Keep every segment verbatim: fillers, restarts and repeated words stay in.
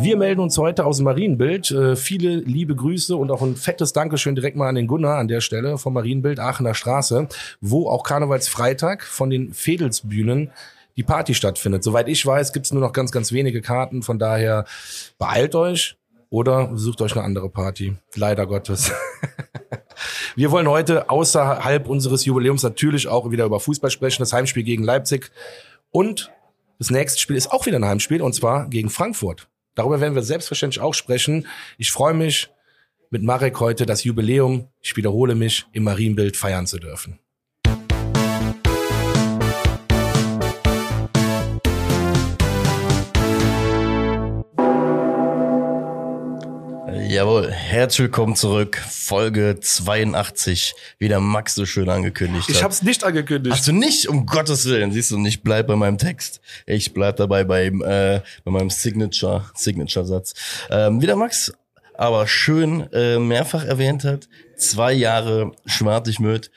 Wir melden uns heute aus dem Marienbild. Äh, viele liebe Grüße und auch ein fettes Dankeschön direkt mal an den Gunnar an der Stelle vom Marienbild Aachener Straße, wo auch Karnevalsfreitag von den Fedelsbühnen die Party stattfindet. Soweit ich weiß, gibt's nur noch ganz, ganz wenige Karten. Von daher beeilt euch oder sucht euch eine andere Party. Leider Gottes. Wir wollen heute außerhalb unseres Jubiläums natürlich auch wieder über Fußball sprechen. Das Heimspiel gegen Leipzig. Und das nächste Spiel ist auch wieder ein Heimspiel, und zwar gegen Frankfurt. Darüber werden wir selbstverständlich auch sprechen. Ich freue mich, mit Marek heute das Jubiläum, ich wiederhole mich, im Marienbild feiern zu dürfen. Jawohl, herzlich willkommen zurück, Folge zweiundachtzig, wie der Max so schön angekündigt hat. Ich hab's nicht angekündigt. Hast du nicht? Um Gottes Willen, siehst du, ich bleib bei meinem Text. Ich bleib dabei beim, äh, bei meinem Signature, Signature-Satz. Ähm, wie der Max aber schön äh, mehrfach erwähnt hat, zwei Jahre Schwartig-Möd.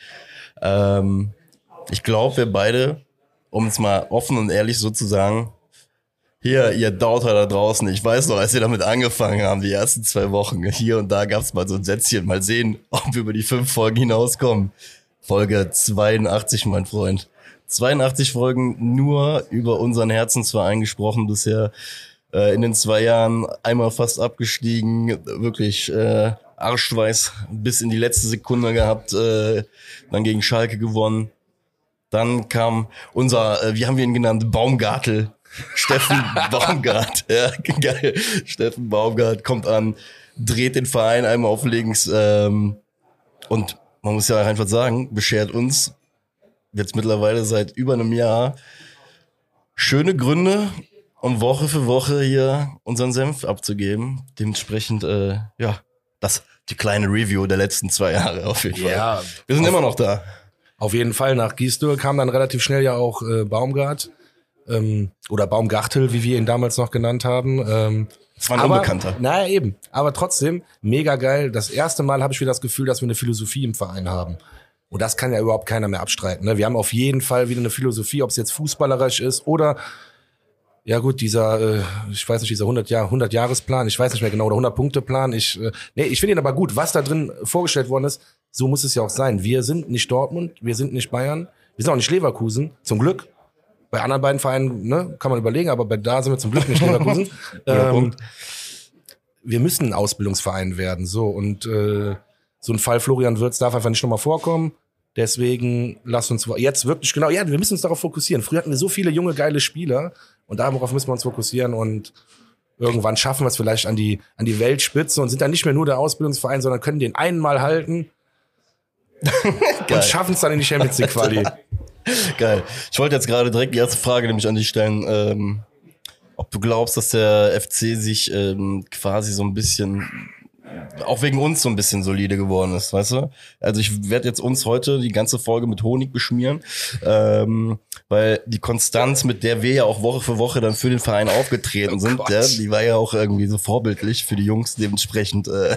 Ähm, ich glaube, wir beide, um es mal offen und ehrlich so zu sagen, hier, ihr Dauter da draußen, ich weiß noch, als wir damit angefangen haben, die ersten zwei Wochen, hier und da gab's mal so ein Sätzchen, mal sehen, ob wir über die fünf Folgen hinauskommen. Folge zweiundachtzig, mein Freund. zweiundachtzig Folgen nur über unseren Herzensverein gesprochen bisher, äh, in den zwei Jahren einmal fast abgestiegen, wirklich äh, Arschschweiß bis in die letzte Sekunde gehabt, äh, dann gegen Schalke gewonnen. Dann kam unser, äh, wie haben wir ihn genannt, Baumgartel, Steffen Baumgart, ja, geil. Steffen Baumgart kommt an, dreht den Verein einmal auf links, ähm, und man muss ja einfach sagen, beschert uns jetzt mittlerweile seit über einem Jahr schöne Gründe, um Woche für Woche hier unseren Senf abzugeben. Dementsprechend, äh, ja, das die kleine Review der letzten zwei Jahre auf jeden Fall. Ja, wir sind auf, immer noch da. Auf jeden Fall, nach Giesdür kam dann relativ schnell ja auch äh, Baumgart. Ähm, oder Baumgartel, wie wir ihn damals noch genannt haben. Ähm, das war ein aber, Unbekannter. Naja, eben. Aber trotzdem, mega geil. Das erste Mal habe ich wieder das Gefühl, dass wir eine Philosophie im Verein haben. Und das kann ja überhaupt keiner mehr abstreiten. Ne? Wir haben auf jeden Fall wieder eine Philosophie, ob es jetzt fußballerisch ist oder, ja gut, dieser, äh, ich weiß nicht, dieser hundert Jahr, hundert-Jahresplan, ich weiß nicht mehr genau, oder hundert-Punkte-Plan. Ich, äh, nee, ich finde ihn aber gut. Was da drin vorgestellt worden ist, so muss es ja auch sein. Wir sind nicht Dortmund, wir sind nicht Bayern, wir sind auch nicht Leverkusen, zum Glück. Bei anderen beiden Vereinen, ne, kann man überlegen, aber bei da sind wir zum Glück nicht Leverkusen. ähm, wir müssen ein Ausbildungsverein werden, so, und äh, so ein Fall Florian Wirtz darf einfach nicht nochmal vorkommen. Deswegen lasst uns jetzt wirklich genau, ja, wir müssen uns darauf fokussieren. Früher hatten wir so viele junge geile Spieler und darauf müssen wir uns fokussieren, und irgendwann schaffen wir es vielleicht an die an die Weltspitze und sind dann nicht mehr nur der Ausbildungsverein, sondern können den einen mal halten und schaffen es dann in die Champions League Quali. Geil. Ich wollte jetzt gerade direkt die erste Frage nämlich an dich stellen, ähm, ob du glaubst, dass der F C sich ähm, quasi so ein bisschen, auch wegen uns so ein bisschen solide geworden ist, weißt du? Also ich werde jetzt uns heute die ganze Folge mit Honig beschmieren, ähm, weil die Konstanz, mit der wir ja auch Woche für Woche dann für den Verein aufgetreten oh sind, ja, die war ja auch irgendwie so vorbildlich für die Jungs, dementsprechend äh,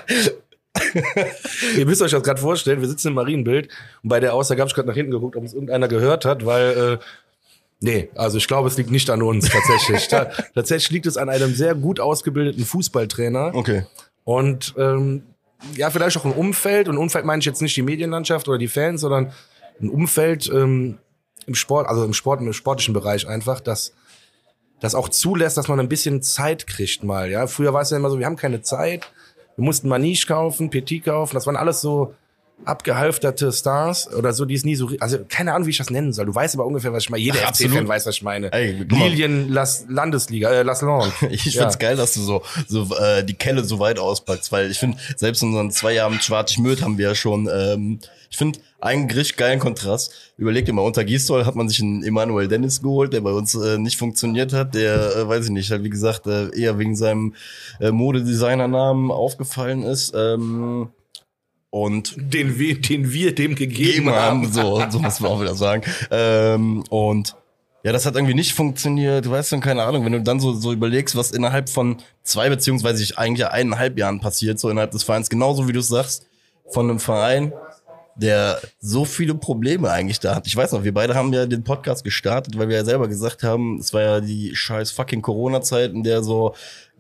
Ihr müsst euch das gerade vorstellen, wir sitzen im Marienbild und bei der Aussage habe ich gerade nach hinten geguckt, ob es irgendeiner gehört hat, weil, äh, nee, also ich glaube, es liegt nicht an uns tatsächlich. Ta- tatsächlich liegt es an einem sehr gut ausgebildeten Fußballtrainer. Okay. Und ähm, ja, vielleicht auch ein Umfeld, und Umfeld meine ich jetzt nicht die Medienlandschaft oder die Fans, sondern ein Umfeld ähm, im Sport, also im Sport, im sportlichen Bereich einfach, das das auch zulässt, dass man ein bisschen Zeit kriegt mal. Ja, früher war es ja immer so, wir haben keine Zeit. Wir mussten Maniche kaufen, Petit kaufen, das waren alles so abgehalfterte Stars oder so, die es nie so, also keine Ahnung, wie ich das nennen soll. Du weißt aber ungefähr, was ich meine. Jeder Ach, F C-Fan weiß, was ich meine. Ey, Lilien, Las, Landesliga, äh, Las Land. Ich ja. find's geil, dass du so so äh, die Kelle so weit auspackst, weil ich finde, selbst in unseren zwei Jahren Schwartig-Möd haben wir ja schon, ähm, ich finde, einen richtig geilen Kontrast. Überleg dir mal, unter Gisdol hat man sich einen Emanuel Dennis geholt, der bei uns äh, nicht funktioniert hat, der, äh, weiß ich nicht, halt wie gesagt, äh, eher wegen seinem äh, Modedesignernamen aufgefallen ist. Ähm, und den wir, den wir dem gegeben haben. haben. So, so muss man auch wieder sagen. Ähm, und ja, das hat irgendwie nicht funktioniert. Du weißt dann, keine Ahnung, wenn du dann so, so überlegst, was innerhalb von zwei beziehungsweise eigentlich eineinhalb Jahren passiert, so innerhalb des Vereins, genauso wie du es sagst, von einem Verein, der so viele Probleme eigentlich da hat. Ich weiß noch, wir beide haben ja den Podcast gestartet, weil wir ja selber gesagt haben, es war ja die scheiß fucking Corona-Zeit, in der so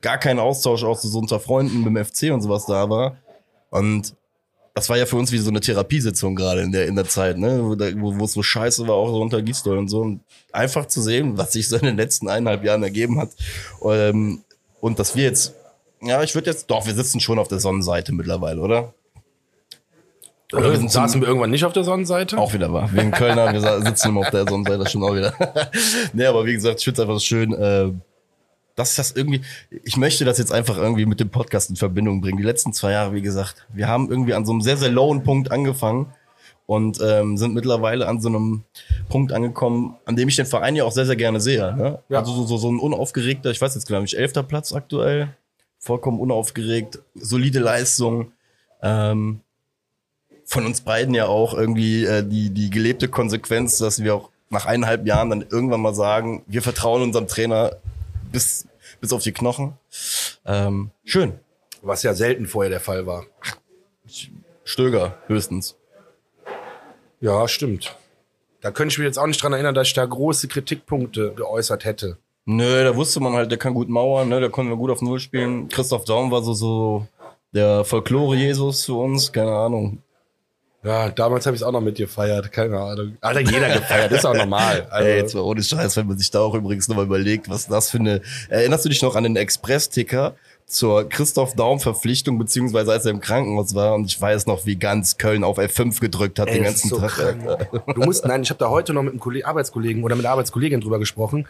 gar kein Austausch auch so unter Freunden mit dem F C und sowas da war. Und das war ja für uns wie so eine Therapiesitzung gerade in der, in der Zeit, ne, wo, da, wo, wo es so scheiße war, auch so unter Gisdol und so. Und einfach zu sehen, was sich so in den letzten eineinhalb Jahren ergeben hat. Ähm, und dass wir jetzt, ja, ich würde jetzt, doch, wir sitzen schon auf der Sonnenseite mittlerweile, oder? Oder wir sind saßen wir irgendwann nicht auf der Sonnenseite? Auch wieder wahr. Wegen Kölner, wir sitzen immer auf der Sonnenseite schon auch wieder. Nee, aber wie gesagt, ich finde es einfach schön, äh, dass das irgendwie, ich möchte das jetzt einfach irgendwie mit dem Podcast in Verbindung bringen. Die letzten zwei Jahre, wie gesagt, wir haben irgendwie an so einem sehr, sehr lowen Punkt angefangen und ähm, sind mittlerweile an so einem Punkt angekommen, an dem ich den Verein ja auch sehr, sehr gerne sehe. Ne? Ja. Also so, so, so ein unaufgeregter, ich weiß jetzt glaube ich, elfter Platz aktuell, vollkommen unaufgeregt, solide Leistung, ähm, von uns beiden ja auch irgendwie äh, die, die gelebte Konsequenz, dass wir auch nach eineinhalb Jahren dann irgendwann mal sagen, wir vertrauen unserem Trainer bis, bis auf die Knochen. Ähm, schön. Was ja selten vorher der Fall war. Stöger, höchstens. Ja, stimmt. Da könnte ich mich jetzt auch nicht dran erinnern, dass ich da große Kritikpunkte geäußert hätte. Nö, da wusste man halt, der kann gut mauern, ne, der konnte wir gut auf Null spielen. Christoph Daum war so, so der Folklore-Jesus für uns, keine Ahnung. Ja, damals habe ich es auch noch mit dir gefeiert, keine Ahnung. Alter, jeder gefeiert, ist auch normal. Also. Ey, jetzt mal ohne Scheiß, wenn man sich da auch übrigens nochmal überlegt, was das für eine... Erinnerst du dich noch an den Express-Ticker zur Christoph Daum-Verpflichtung, beziehungsweise als er im Krankenhaus war und ich weiß noch, wie ganz Köln auf F fünf gedrückt hat. Ey, den ganzen so Tag. Krank. Du musst, nein, ich habe da heute noch mit einem Kollegen, Arbeitskollegen oder mit einer Arbeitskollegin drüber gesprochen.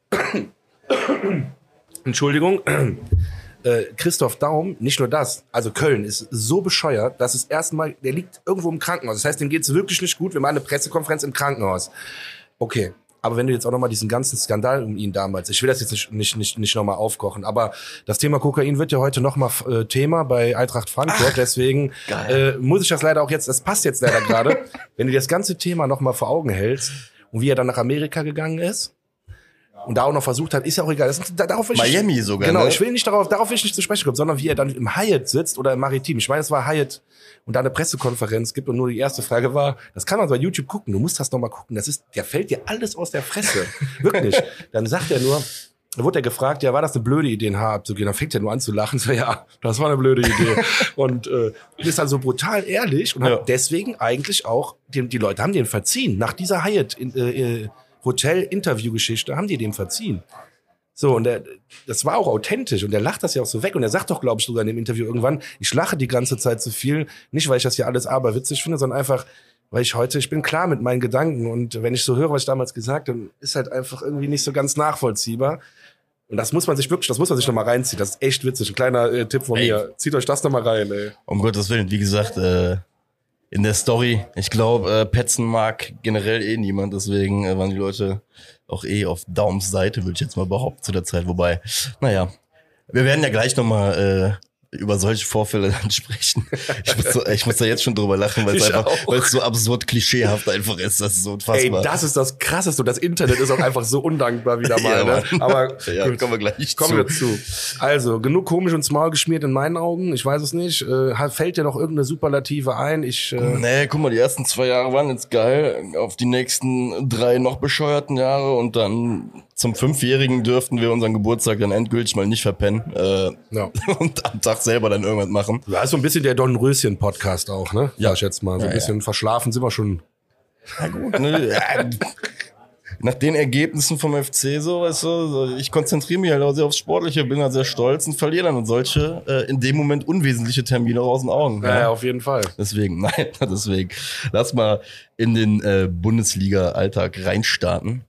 Entschuldigung. Äh, Christoph Daum, nicht nur das, also Köln ist so bescheuert, dass es erstmal, der liegt irgendwo im Krankenhaus. Das heißt, dem geht's wirklich nicht gut. Wir machen eine Pressekonferenz im Krankenhaus. Okay, aber wenn du jetzt auch nochmal diesen ganzen Skandal um ihn damals, ich will das jetzt nicht nicht nicht, nicht nochmal aufkochen, aber das Thema Kokain wird ja heute nochmal äh, Thema bei Eintracht Frankfurt. Ach, deswegen äh, muss ich das leider auch jetzt, das passt jetzt leider gerade, wenn du das ganze Thema nochmal vor Augen hältst und wie er dann nach Amerika gegangen ist. Und da auch noch versucht hat, ist ja auch egal. Das, da, darauf will ich Miami nicht, sogar, Genau, ne? ich will nicht darauf, darauf will ich nicht zu sprechen kommen, sondern wie er dann im Hyatt sitzt oder im Maritim. Ich meine, es war Hyatt und da eine Pressekonferenz gibt und nur die erste Frage war, das kann man bei YouTube gucken, du musst das noch mal gucken, das ist, der fällt dir alles aus der Fresse. Wirklich. Dann sagt er nur, da wurde er gefragt, ja, war das eine blöde Idee, in H abzugehen? Dann fängt er nur an zu lachen, so, ja, das war eine blöde Idee. und äh, ist dann so brutal ehrlich und hat ja. deswegen eigentlich auch, die, die Leute haben den verziehen. Nach dieser Hyatt in, äh, Hotel-Interview-Geschichte haben die dem verziehen. So, und der, das war auch authentisch und der lacht das ja auch so weg und er sagt doch, glaube ich, sogar in dem Interview irgendwann, ich lache die ganze Zeit zu viel, nicht weil ich das hier alles aberwitzig finde, sondern einfach, weil ich heute, ich bin klar mit meinen Gedanken und wenn ich so höre, was ich damals gesagt habe, dann ist halt einfach irgendwie nicht so ganz nachvollziehbar. Und das muss man sich wirklich, das muss man sich nochmal reinziehen, das ist echt witzig, ein kleiner äh, Tipp von ey. mir, zieht euch das nochmal rein, ey. Um Gottes Willen, wie gesagt, äh, in der Story, ich glaube, äh, Petzen mag generell eh niemand, deswegen äh, waren die Leute auch eh auf Daums Seite, würde ich jetzt mal behaupten, zu der Zeit. Wobei, naja, wir werden ja gleich nochmal äh, über solche Vorfälle dann sprechen. Ich muss, so, ich muss da jetzt schon drüber lachen, weil es einfach, weil es so absurd klischeehaft einfach ist. Das ist so unfassbar. Ey, das ist das Krasseste. Und das Internet ist auch einfach so undankbar wieder mal. Ja, ne? Aber ja, gut, kommen wir gleich kommen wir zu. Also, genug komisch und small geschmiert in meinen Augen. Ich weiß es nicht. Äh, fällt dir noch irgendeine Superlative ein? Ich, äh nee, guck mal, die ersten zwei Jahre waren jetzt geil. Auf die nächsten drei noch bescheuerten Jahre und dann zum Fünfjährigen dürften wir unseren Geburtstag dann endgültig mal nicht verpennen äh, ja. und am Tag selber dann irgendwas machen. Ja, ist so ein bisschen der Dornröschen-Podcast auch, ne? Ja, ich jetzt mal. So ein ja, bisschen ja. verschlafen sind wir schon. Na gut, ne? ja, nach den Ergebnissen vom F C so, weißt du, so, ich konzentriere mich halt auch sehr aufs Sportliche, bin halt sehr stolz und verliere dann und solche äh, in dem Moment unwesentliche Termine aus den Augen. Ja, ja, auf jeden Fall. Deswegen, nein, deswegen. Lass mal in den äh, Bundesliga-Alltag reinstarten.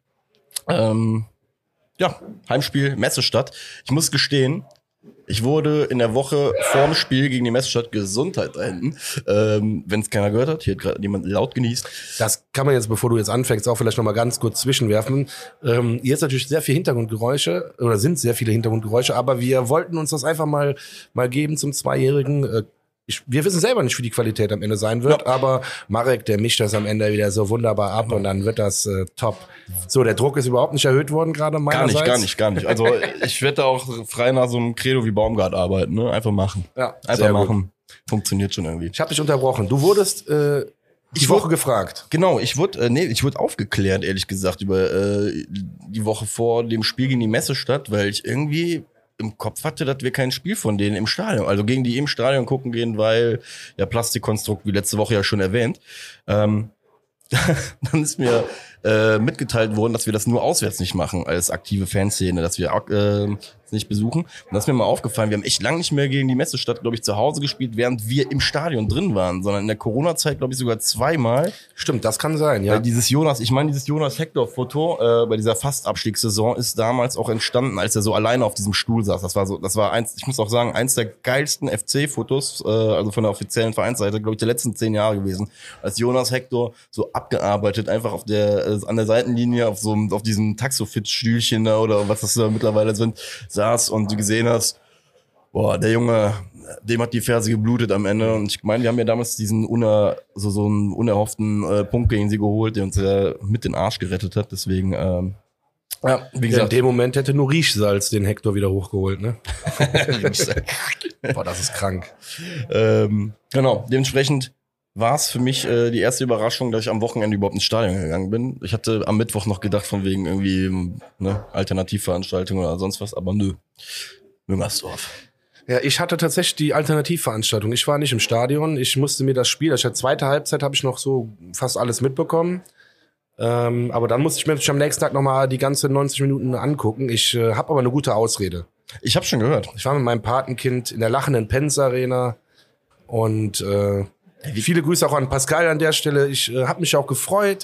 Ähm, Ja, Heimspiel Messestadt. Ich muss gestehen, ich wurde in der Woche vorm Spiel gegen die Messestadt Gesundheit da hinten. Ähm, wenn es keiner gehört hat, hier hat gerade jemand laut genießt. Das kann man jetzt, bevor du jetzt anfängst, auch vielleicht noch mal ganz kurz zwischenwerfen. Ähm, hier ist natürlich sehr viel Hintergrundgeräusche oder sind sehr viele Hintergrundgeräusche, aber wir wollten uns das einfach mal mal geben zum Zweijährigen. Äh, Ich, wir wissen selber nicht, wie die Qualität am Ende sein wird, ja. aber Marek, der mischt das am Ende wieder so wunderbar ab und dann wird das äh, top. So, der Druck ist überhaupt nicht erhöht worden gerade meinerseits. Gar nicht, gar nicht, gar nicht. Also ich werde da auch frei nach so einem Credo wie Baumgart arbeiten, ne? Einfach machen. Ja, einfach machen. Gut. Funktioniert schon irgendwie. Ich habe dich unterbrochen. Du wurdest äh, die ich Woche wurde, gefragt. Genau, ich wurde äh, nee, ich wurde aufgeklärt, ehrlich gesagt, über äh, die Woche vor dem Spiel gegen die Messestadt, weil ich irgendwie im Kopf hatte, dass wir kein Spiel von denen im Stadion, also gegen die im Stadion gucken gehen, weil ja Plastikkonstrukt, wie letzte Woche ja schon erwähnt, ähm, dann ist mir äh, mitgeteilt worden, dass wir das nur auswärts nicht machen als aktive Fanszene, dass wir äh, nicht besuchen. Und das ist mir mal aufgefallen, wir haben echt lange nicht mehr gegen die Messestadt, glaube ich, zu Hause gespielt, während wir im Stadion drin waren, sondern in der Corona-Zeit, glaube ich, sogar zweimal. Stimmt, das kann sein, ja. Weil dieses Jonas, ich meine, dieses Jonas-Hector-Foto äh, bei dieser Fast-Abstiegssaison ist damals auch entstanden, als er so alleine auf diesem Stuhl saß. Das war so, das war eins, ich muss auch sagen, eins der geilsten F C-Fotos, äh, also von der offiziellen Vereinsseite, glaube ich, der letzten zehn Jahre gewesen. Als Jonas Hector so abgearbeitet, einfach auf der, äh, an der Seitenlinie, auf so auf diesem Taxofit-Stühlchen da oder was das da mittlerweile sind, saß und du gesehen hast, boah, der Junge, dem hat die Ferse geblutet am Ende. Und ich meine, wir haben ja damals diesen uner, so, so einen unerhofften äh, Punkt gegen sie geholt, der uns ja mit den Arsch gerettet hat. Deswegen, ähm, ja, wie gesagt. Ja, in dem Moment hätte nur Riechsalz den Hector wieder hochgeholt, ne? Boah, das ist krank. Ähm, genau, dementsprechend war es für mich äh, die erste Überraschung, dass ich am Wochenende überhaupt ins Stadion gegangen bin. Ich hatte am Mittwoch noch gedacht, von wegen irgendwie ne, Alternativveranstaltung oder sonst was, aber nö. Müngersdorf. Ja, ich hatte tatsächlich die Alternativveranstaltung. Ich war nicht im Stadion. Ich musste mir das Spiel, also zweite Halbzeit habe ich noch so fast alles mitbekommen. Ähm, aber dann musste ich mir natürlich am nächsten Tag nochmal die ganze neunzig Minuten angucken. Ich äh, habe aber eine gute Ausrede. Ich habe schon gehört. Ich war mit meinem Patenkind in der lachenden Pens Arena und äh, viele Grüße auch an Pascal an der Stelle. Ich äh, habe mich auch gefreut,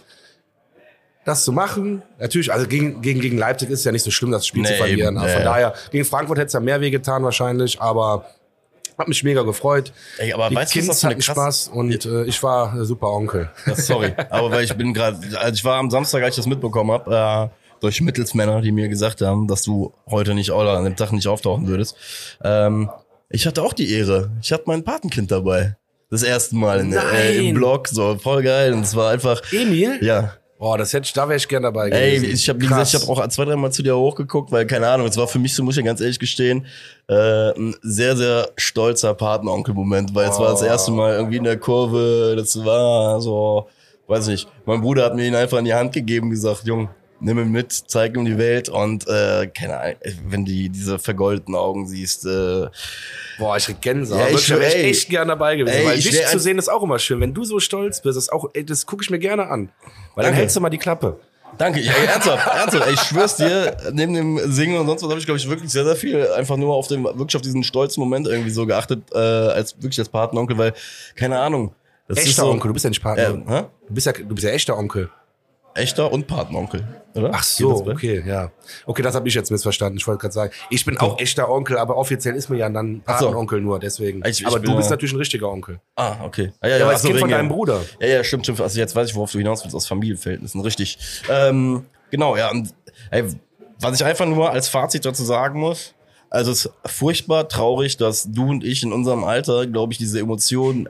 das zu machen. Natürlich, also gegen, gegen, gegen Leipzig ist es ja nicht so schlimm, das Spiel nee, zu verlieren. Eben, also von nee. daher, gegen Frankfurt hätte es ja mehr wehgetan wahrscheinlich, aber hab mich mega gefreut. Ey, aber die weißt du, was Kids das für eine hatten krass- Spaß und äh, ich war äh, super Onkel. Ja, sorry, aber weil ich bin gerade, also ich war am Samstag, als ich das mitbekommen habe, äh, durch Mittelsmänner, die mir gesagt haben, dass du heute nicht oder an dem Tag nicht auftauchen würdest. Ähm, ich hatte auch die Ehre. Ich hatte mein Patenkind dabei. Das erste Mal in, äh, im Blog, so voll geil. Und es war einfach. Emil? Ja. Boah, das hätte ich, da wäre ich gern dabei Ey, gewesen. ich habe wie gesagt, ich habe auch zwei, drei Mal zu dir hochgeguckt, weil keine Ahnung, es war für mich, so muss ich ja ganz ehrlich gestehen, äh, ein sehr, sehr stolzer Patenonkel-Moment, weil oh. es war das erste Mal irgendwie in der Kurve, das war so, weiß nicht, mein Bruder hat mir ihn einfach in die Hand gegeben, gesagt, Jung, nimm ihn mit, zeig ihm die Welt und äh, keine Ahnung, wenn die diese vergoldeten Augen siehst. Äh, Boah, ich krieg Gänsehaut. Ja, ich Wirklich, da wäre ich ey, echt gern dabei gewesen. ey, weil ich dich wär zu ein- sehen ist auch immer schön. Wenn du so stolz bist, ist auch, ey, das gucke ich mir gerne an. Weil dann Danke. hältst du mal die Klappe. Danke, ey, ernsthaft, ernsthaft, ey, ich schwör's dir, neben dem Singen und sonst was habe ich, glaube ich, wirklich sehr, sehr viel einfach nur auf den, wirklich auf diesen stolzen Moment irgendwie so geachtet, äh, als wirklich als Patenonkel, weil, keine Ahnung. Das Echter ist so, Onkel, du bist ja nicht Paten. Äh, hä? du, bist ja, du bist ja echter Onkel. Echter und Patenonkel, oder? Ach so, okay, ja. Okay, das habe ich jetzt missverstanden. Ich wollte gerade sagen, ich bin auch echter Onkel, aber offiziell ist mir ja dann Ach so. Patenonkel nur, deswegen. Ich- ich aber bin du bist ja- natürlich ein richtiger Onkel. Ah, okay. Ah, Ja, aber ach das so, Kind von wegen- deinem Bruder. Ja, ja, stimmt, stimmt. Also jetzt weiß ich, worauf du hinaus willst, aus Familienverhältnissen, richtig. Ähm, genau, ja. Und, ey, was ich einfach nur als Fazit dazu sagen muss, also es ist furchtbar traurig, dass du und ich in unserem Alter, glaube ich, diese Emotionen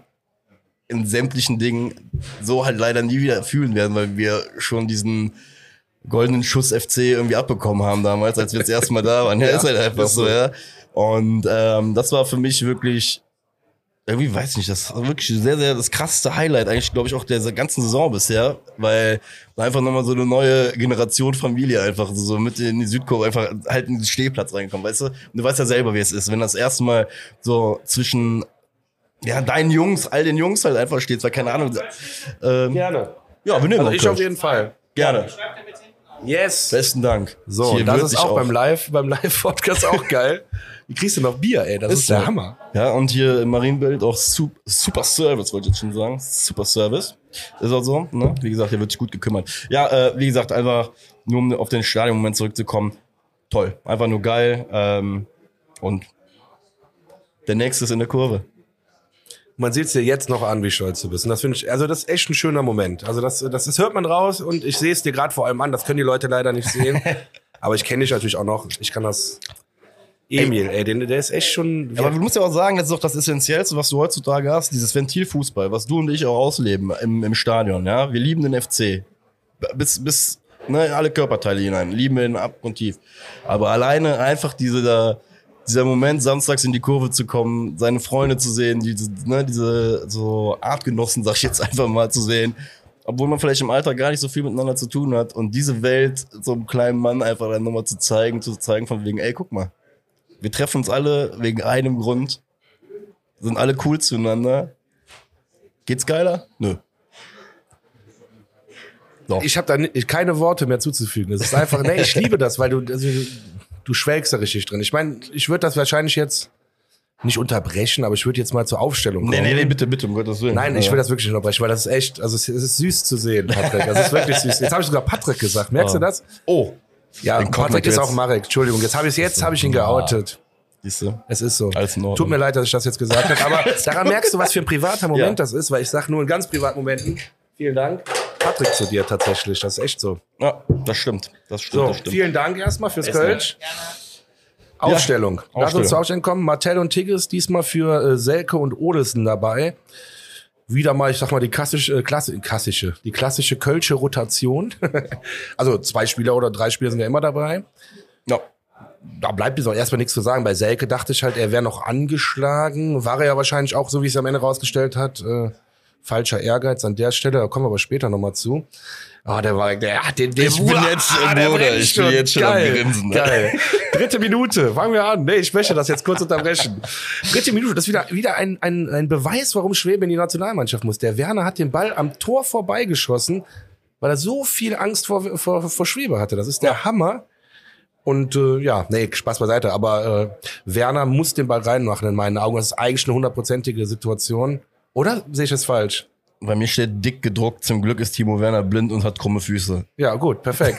in sämtlichen Dingen so halt leider nie wieder fühlen werden, weil wir schon diesen goldenen Schuss F C irgendwie abbekommen haben damals, als wir das erste Mal da waren. Ja, Ja, ist halt einfach ist so, so. ja. Und ähm, das war für mich wirklich, irgendwie weiß ich nicht, das war wirklich sehr, sehr das krasseste Highlight eigentlich, glaube ich, auch der ganzen Saison bisher, weil einfach nochmal so eine neue Generation Familie einfach so mit in die Südkurve einfach halt in den Stehplatz reinkommen, weißt du? Und du weißt ja selber, wie es ist, wenn das erste Mal so zwischen ja, deinen Jungs, all den Jungs halt einfach steht, weil keine Ahnung. Ähm, Gerne. ja, wir nehmen Also auch ich Kölsch. auf jeden Fall. Gerne. Yes. Besten Dank. So, Hier und das wird ist sich auch beim Live, beim Live-Podcast auch geil. Wie kriegst du noch Bier, ey? Das ist, so. der Hammer. Ja, und hier im Marienbild auch super, super Service, wollte ich jetzt schon sagen. Super Service. Ist auch so, ne? Wie gesagt, hier wird sich gut gekümmert. Ja, äh, wie gesagt, einfach nur um auf den Stadionmoment zurückzukommen. Toll. Einfach nur geil. Ähm, und der nächste ist in der Kurve. Man sieht es dir jetzt noch an, wie stolz du bist. Und das finde ich, also das ist echt ein schöner Moment. Also das, das, das hört man raus und ich sehe es dir gerade vor allem an. Das können die Leute leider nicht sehen. Aber ich kenne dich natürlich auch noch. Ich kann das. Emil, ey, den, der ist echt schon. Aber du musst ja auch sagen, das ist doch das Essentiellste, was du heutzutage hast, dieses Ventilfußball, was du und ich auch ausleben im, im Stadion, ja. Wir lieben den F C. Bis, bis, ne, alle Körperteile hinein. Lieben wir den abgrundtief. Aber alleine einfach diese da, dieser Moment, samstags in die Kurve zu kommen, seine Freunde zu sehen, diese, ne, diese, so Artgenossen, sag ich jetzt einfach mal, zu sehen. Obwohl man vielleicht im Alter gar nicht so viel miteinander zu tun hat. Und diese Welt so einem kleinen Mann einfach dann nochmal zu zeigen, zu zeigen von wegen, ey, guck mal. Wir treffen uns alle wegen einem Grund. Sind alle cool zueinander. Geht's geiler? Nö. Doch. Ich habe da ni- keine Worte mehr zuzufügen. Es ist einfach, nee, ich liebe das, weil du, also, du schwelgst da richtig drin. Ich meine, ich würde das wahrscheinlich jetzt nicht unterbrechen, aber ich würde jetzt mal zur Aufstellung kommen. Nee, nee, nee, bitte, bitte, um Gottes Willen. Nein, ich will das wirklich nicht unterbrechen, weil das ist echt, also es ist süß zu sehen, Patrick. Das ist wirklich süß. Jetzt habe ich sogar Patrick gesagt. Merkst Oh. du das? Oh. Ja, Den kommt Patrick ist jetzt. auch Marek. Entschuldigung, jetzt habe ich jetzt habe ich ihn geoutet. Siehst du? Es ist so. Alles in Ordnung. Tut mir leid, dass ich das jetzt gesagt habe, aber daran merkst du, was für ein privater Moment Ja. das ist, weil ich sage nur in ganz privaten Momenten, vielen Dank, Patrick zu dir tatsächlich, das ist echt so. Ja, das stimmt. Das stimmt, So, das stimmt. vielen Dank erstmal fürs Erstmal. Kölsch. Aufstellung. Lass uns Aufstellung. zur Aufstellung kommen. Martell und Tigges diesmal für äh, Selke und Olesen dabei. Wieder mal, ich sag mal, die klassische, äh, Klasse, klassische, die klassische Kölsche Rotation. Also zwei Spieler oder drei Spieler sind ja immer dabei. Ja. Da bleibt jetzt auch erstmal nichts zu sagen. Bei Selke dachte ich halt, er wäre noch angeschlagen. War er ja wahrscheinlich auch, so wie es am Ende rausgestellt hat. Äh, falscher Ehrgeiz an der Stelle. Da kommen wir aber später nochmal zu. Ah, der war, der, ah, den, den, Ich bin jetzt, ah, äh, der Bruder, brennt ich bin jetzt schon am geil, Grinsen, ne? Geil. Dritte Minute, fangen wir an. Nee, ich möchte das jetzt kurz unterbrechen. Dritte Minute, das ist wieder, wieder ein, ein, ein Beweis, warum Schwebe in die Nationalmannschaft muss. Der Werner hat den Ball am Tor vorbeigeschossen, weil er so viel Angst vor, vor, vor Schwebe hatte. Das ist der Hammer. Und äh, ja, nee, Spaß beiseite. Aber äh, Werner muss den Ball reinmachen in meinen Augen. Das ist eigentlich eine hundertprozentige Situation. Oder sehe ich das falsch? Bei mir steht dick gedruckt, zum Glück ist Timo Werner blind und hat krumme Füße. Ja, gut, perfekt.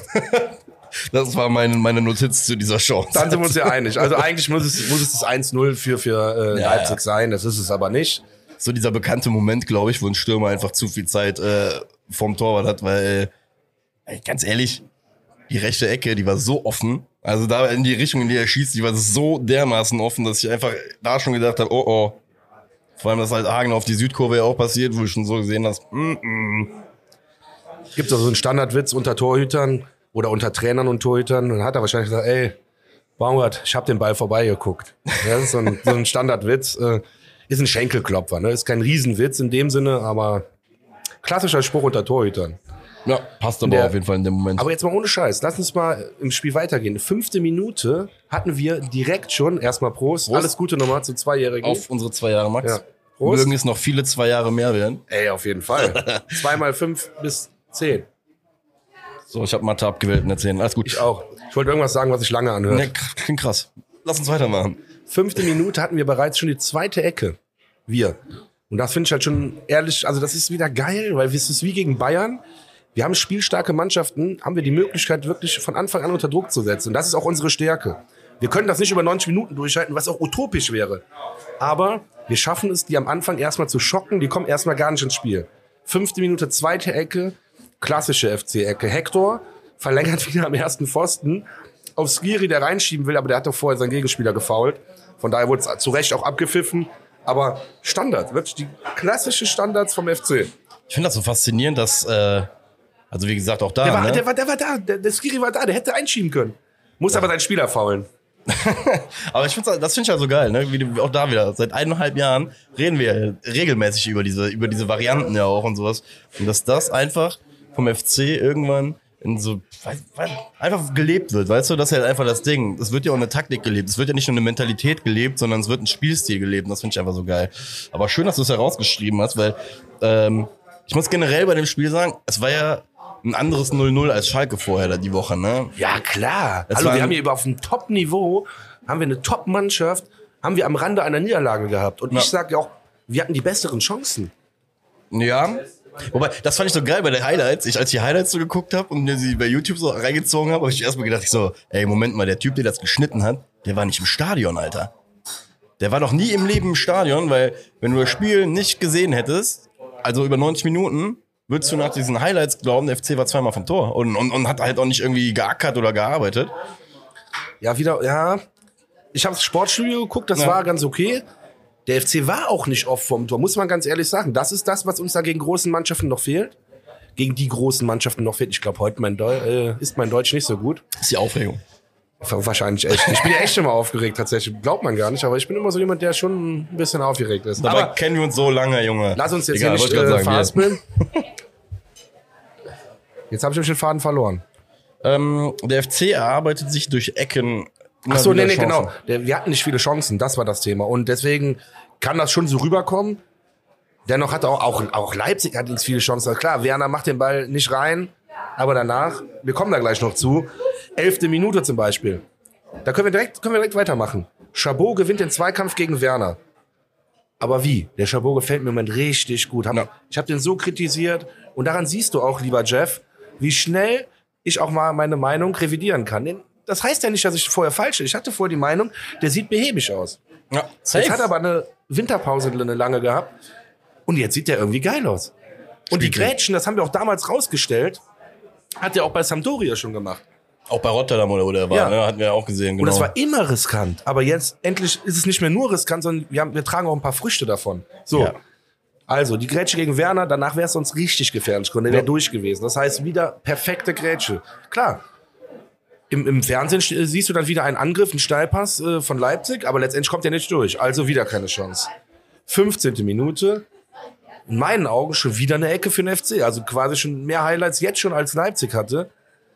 Das war meine, meine Notiz zu dieser Chance. Dann sind wir uns ja einig. Also eigentlich muss es, muss es das eins null für, für äh, Ja, Leipzig ja. sein. Das ist es aber nicht. So dieser bekannte Moment, glaube ich, wo ein Stürmer einfach zu viel Zeit äh, vom Torwart hat, weil, äh, ganz ehrlich, die rechte Ecke, die war so offen. Also da in die Richtung, in die er schießt, die war so dermaßen offen, dass ich einfach da schon gedacht habe, oh oh. Vor allem, dass halt Hagen auf die Südkurve ja auch passiert, wo du schon so gesehen hast, mm, mm. Gibt es also einen Standardwitz unter Torhütern oder unter Trainern und Torhütern. Dann hat er wahrscheinlich gesagt, ey, Baumgart, ich habe den Ball vorbeigeguckt. Ja, das ist so ein, so ein Standardwitz. Äh, ist ein Schenkelklopfer, ne? Ist kein Riesenwitz in dem Sinne, aber klassischer Spruch unter Torhütern. Ja, passt aber Der- auf jeden Fall in dem Moment. Aber jetzt mal ohne Scheiß, lass uns mal im Spiel weitergehen. Fünfte Minute hatten wir direkt schon, erstmal Prost, Prost. alles Gute nochmal zum Zweijährigen. auf unsere zwei Jahre, Max. Ja. Prost. Mögen es noch viele zwei Jahre mehr werden. Ey, auf jeden Fall. Zweimal fünf bis zehn. So, ich habe Mathe abgewählt in der zehn. Alles gut. Ich auch. Ich wollte irgendwas sagen, was sich lange anhört. Ne, klingt krass. Lass uns weitermachen. Fünfte Minute hatten wir bereits schon die zweite Ecke. Wir. Und das finde ich halt schon ehrlich, also das ist wieder geil, weil es ist wie gegen Bayern. Wir haben spielstarke Mannschaften, haben wir die Möglichkeit wirklich von Anfang an unter Druck zu setzen. Und das ist auch unsere Stärke. Wir können das nicht über neunzig Minuten durchhalten, was auch utopisch wäre. Aber wir schaffen es, die am Anfang erstmal zu schocken, die kommen erstmal gar nicht ins Spiel. Fünfte Minute, zweite Ecke, klassische F C-Ecke. Hector verlängert wieder am ersten Pfosten auf Skiri, der reinschieben will, aber der hat doch vorher seinen Gegenspieler gefoult. Von daher wurde es zu Recht auch abgepfiffen. Aber Standard, wirklich die klassische Standards vom F C. Ich finde das so faszinierend, dass, äh, also wie gesagt, auch da, Der war, ne? der war, der war da, der, der Skiri war da, der hätte einschieben können. Muss aber seinen Spieler faulen. Aber ich finde das finde ich ja so geil, ne? Wie du, auch da wieder. Seit eineinhalb Jahren reden wir regelmäßig über diese, über diese Varianten ja auch und sowas. Und dass das einfach vom F C irgendwann in so, weiß, weiß, einfach gelebt wird, weißt du? Das ist halt einfach das Ding. Es wird ja auch eine Taktik gelebt. Es wird ja nicht nur eine Mentalität gelebt, sondern es wird ein Spielstil gelebt. Und das finde ich einfach so geil. Aber schön, dass du es herausgeschrieben hast, weil, ähm, ich muss generell bei dem Spiel sagen, es war ja ein anderes null null als Schalke vorher da die Woche, ne? Ja, klar. Es Hallo, war wir ein- haben hier über auf dem Top-Niveau, haben wir eine Top-Mannschaft, haben wir am Rande einer Niederlage gehabt. Und Ja. ich sage ja auch, wir hatten die besseren Chancen. Ja. Wobei, das fand ich so geil bei den Highlights. Ich, als ich die Highlights so geguckt habe und mir sie bei YouTube so reingezogen habe, habe ich erstmal gedacht, ich so, ey, Moment mal, der Typ, der das geschnitten hat, der war nicht im Stadion, Alter. Der war doch nie im Leben im Stadion, weil wenn du das Spiel nicht gesehen hättest, also über neunzig Minuten, würdest du nach diesen Highlights glauben, der F C war zweimal vom Tor und, und, und hat halt auch nicht irgendwie geackert oder gearbeitet. Ja, wieder, ja. Ich habe das Sportstudio geguckt, das Ja. war ganz okay. Der F C war auch nicht oft vom Tor, muss man ganz ehrlich sagen. Das ist das, was uns da gegen großen Mannschaften noch fehlt. Gegen die großen Mannschaften noch fehlt. Ich glaube, heute mein Deu äh, ist mein Deutsch nicht so gut. Das ist die Aufregung. Wahrscheinlich echt. Ich bin ja echt immer aufgeregt tatsächlich. Glaubt man gar nicht, aber ich bin immer so jemand, der schon ein bisschen aufgeregt ist. Dabei Aber kennen wir uns so lange, Junge. lass uns jetzt Egal, hier nicht wollte ich äh, grad sagen, wir- verhaspeln. Jetzt habe ich nämlich den Faden verloren. Ähm, der F C erarbeitet sich durch Ecken Ach so, nee, nee, genau. Der, wir hatten nicht viele Chancen, das war das Thema. Und deswegen kann das schon so rüberkommen. Dennoch hat auch, auch, auch Leipzig hat uns viele Chancen. Klar, Werner macht den Ball nicht rein, aber danach, wir kommen da gleich noch zu, elfte Minute zum Beispiel. Da können wir direkt, können wir direkt weitermachen. Chabot gewinnt den Zweikampf gegen Werner. Aber wie? Der Chabot gefällt mir im Moment richtig gut. Hab, ja. Ich habe den so kritisiert. Und daran siehst du auch, lieber Jeff, wie schnell ich auch mal meine Meinung revidieren kann. Das heißt ja nicht, dass ich vorher falsch bin. Ich hatte vorher die Meinung, der sieht behäbig aus. Ja, jetzt hat er aber eine Winterpause eine lange gehabt. Und jetzt sieht der irgendwie geil aus. Und die Grätschen, das haben wir auch damals rausgestellt, hat er auch bei Sampdoria schon gemacht. Auch bei Rotterdam oder wo der war, ja. Ne? Hatten wir auch gesehen. Genau. Und das war immer riskant. Aber jetzt endlich ist es nicht mehr nur riskant, sondern wir, haben, wir tragen auch ein paar Früchte davon. So, ja. Also die Grätsche gegen Werner, danach wäre es sonst richtig gefährlich geworden. Der wäre ja. durch gewesen. Das heißt, wieder perfekte Grätsche. Klar, im, im Fernsehen siehst du dann wieder einen Angriff, einen Steilpass äh, von Leipzig, aber letztendlich kommt der nicht durch. Also wieder keine Chance. fünfzehnte Minute. In meinen Augen schon wieder eine Ecke für den F C. Also quasi schon mehr Highlights jetzt schon als Leipzig hatte.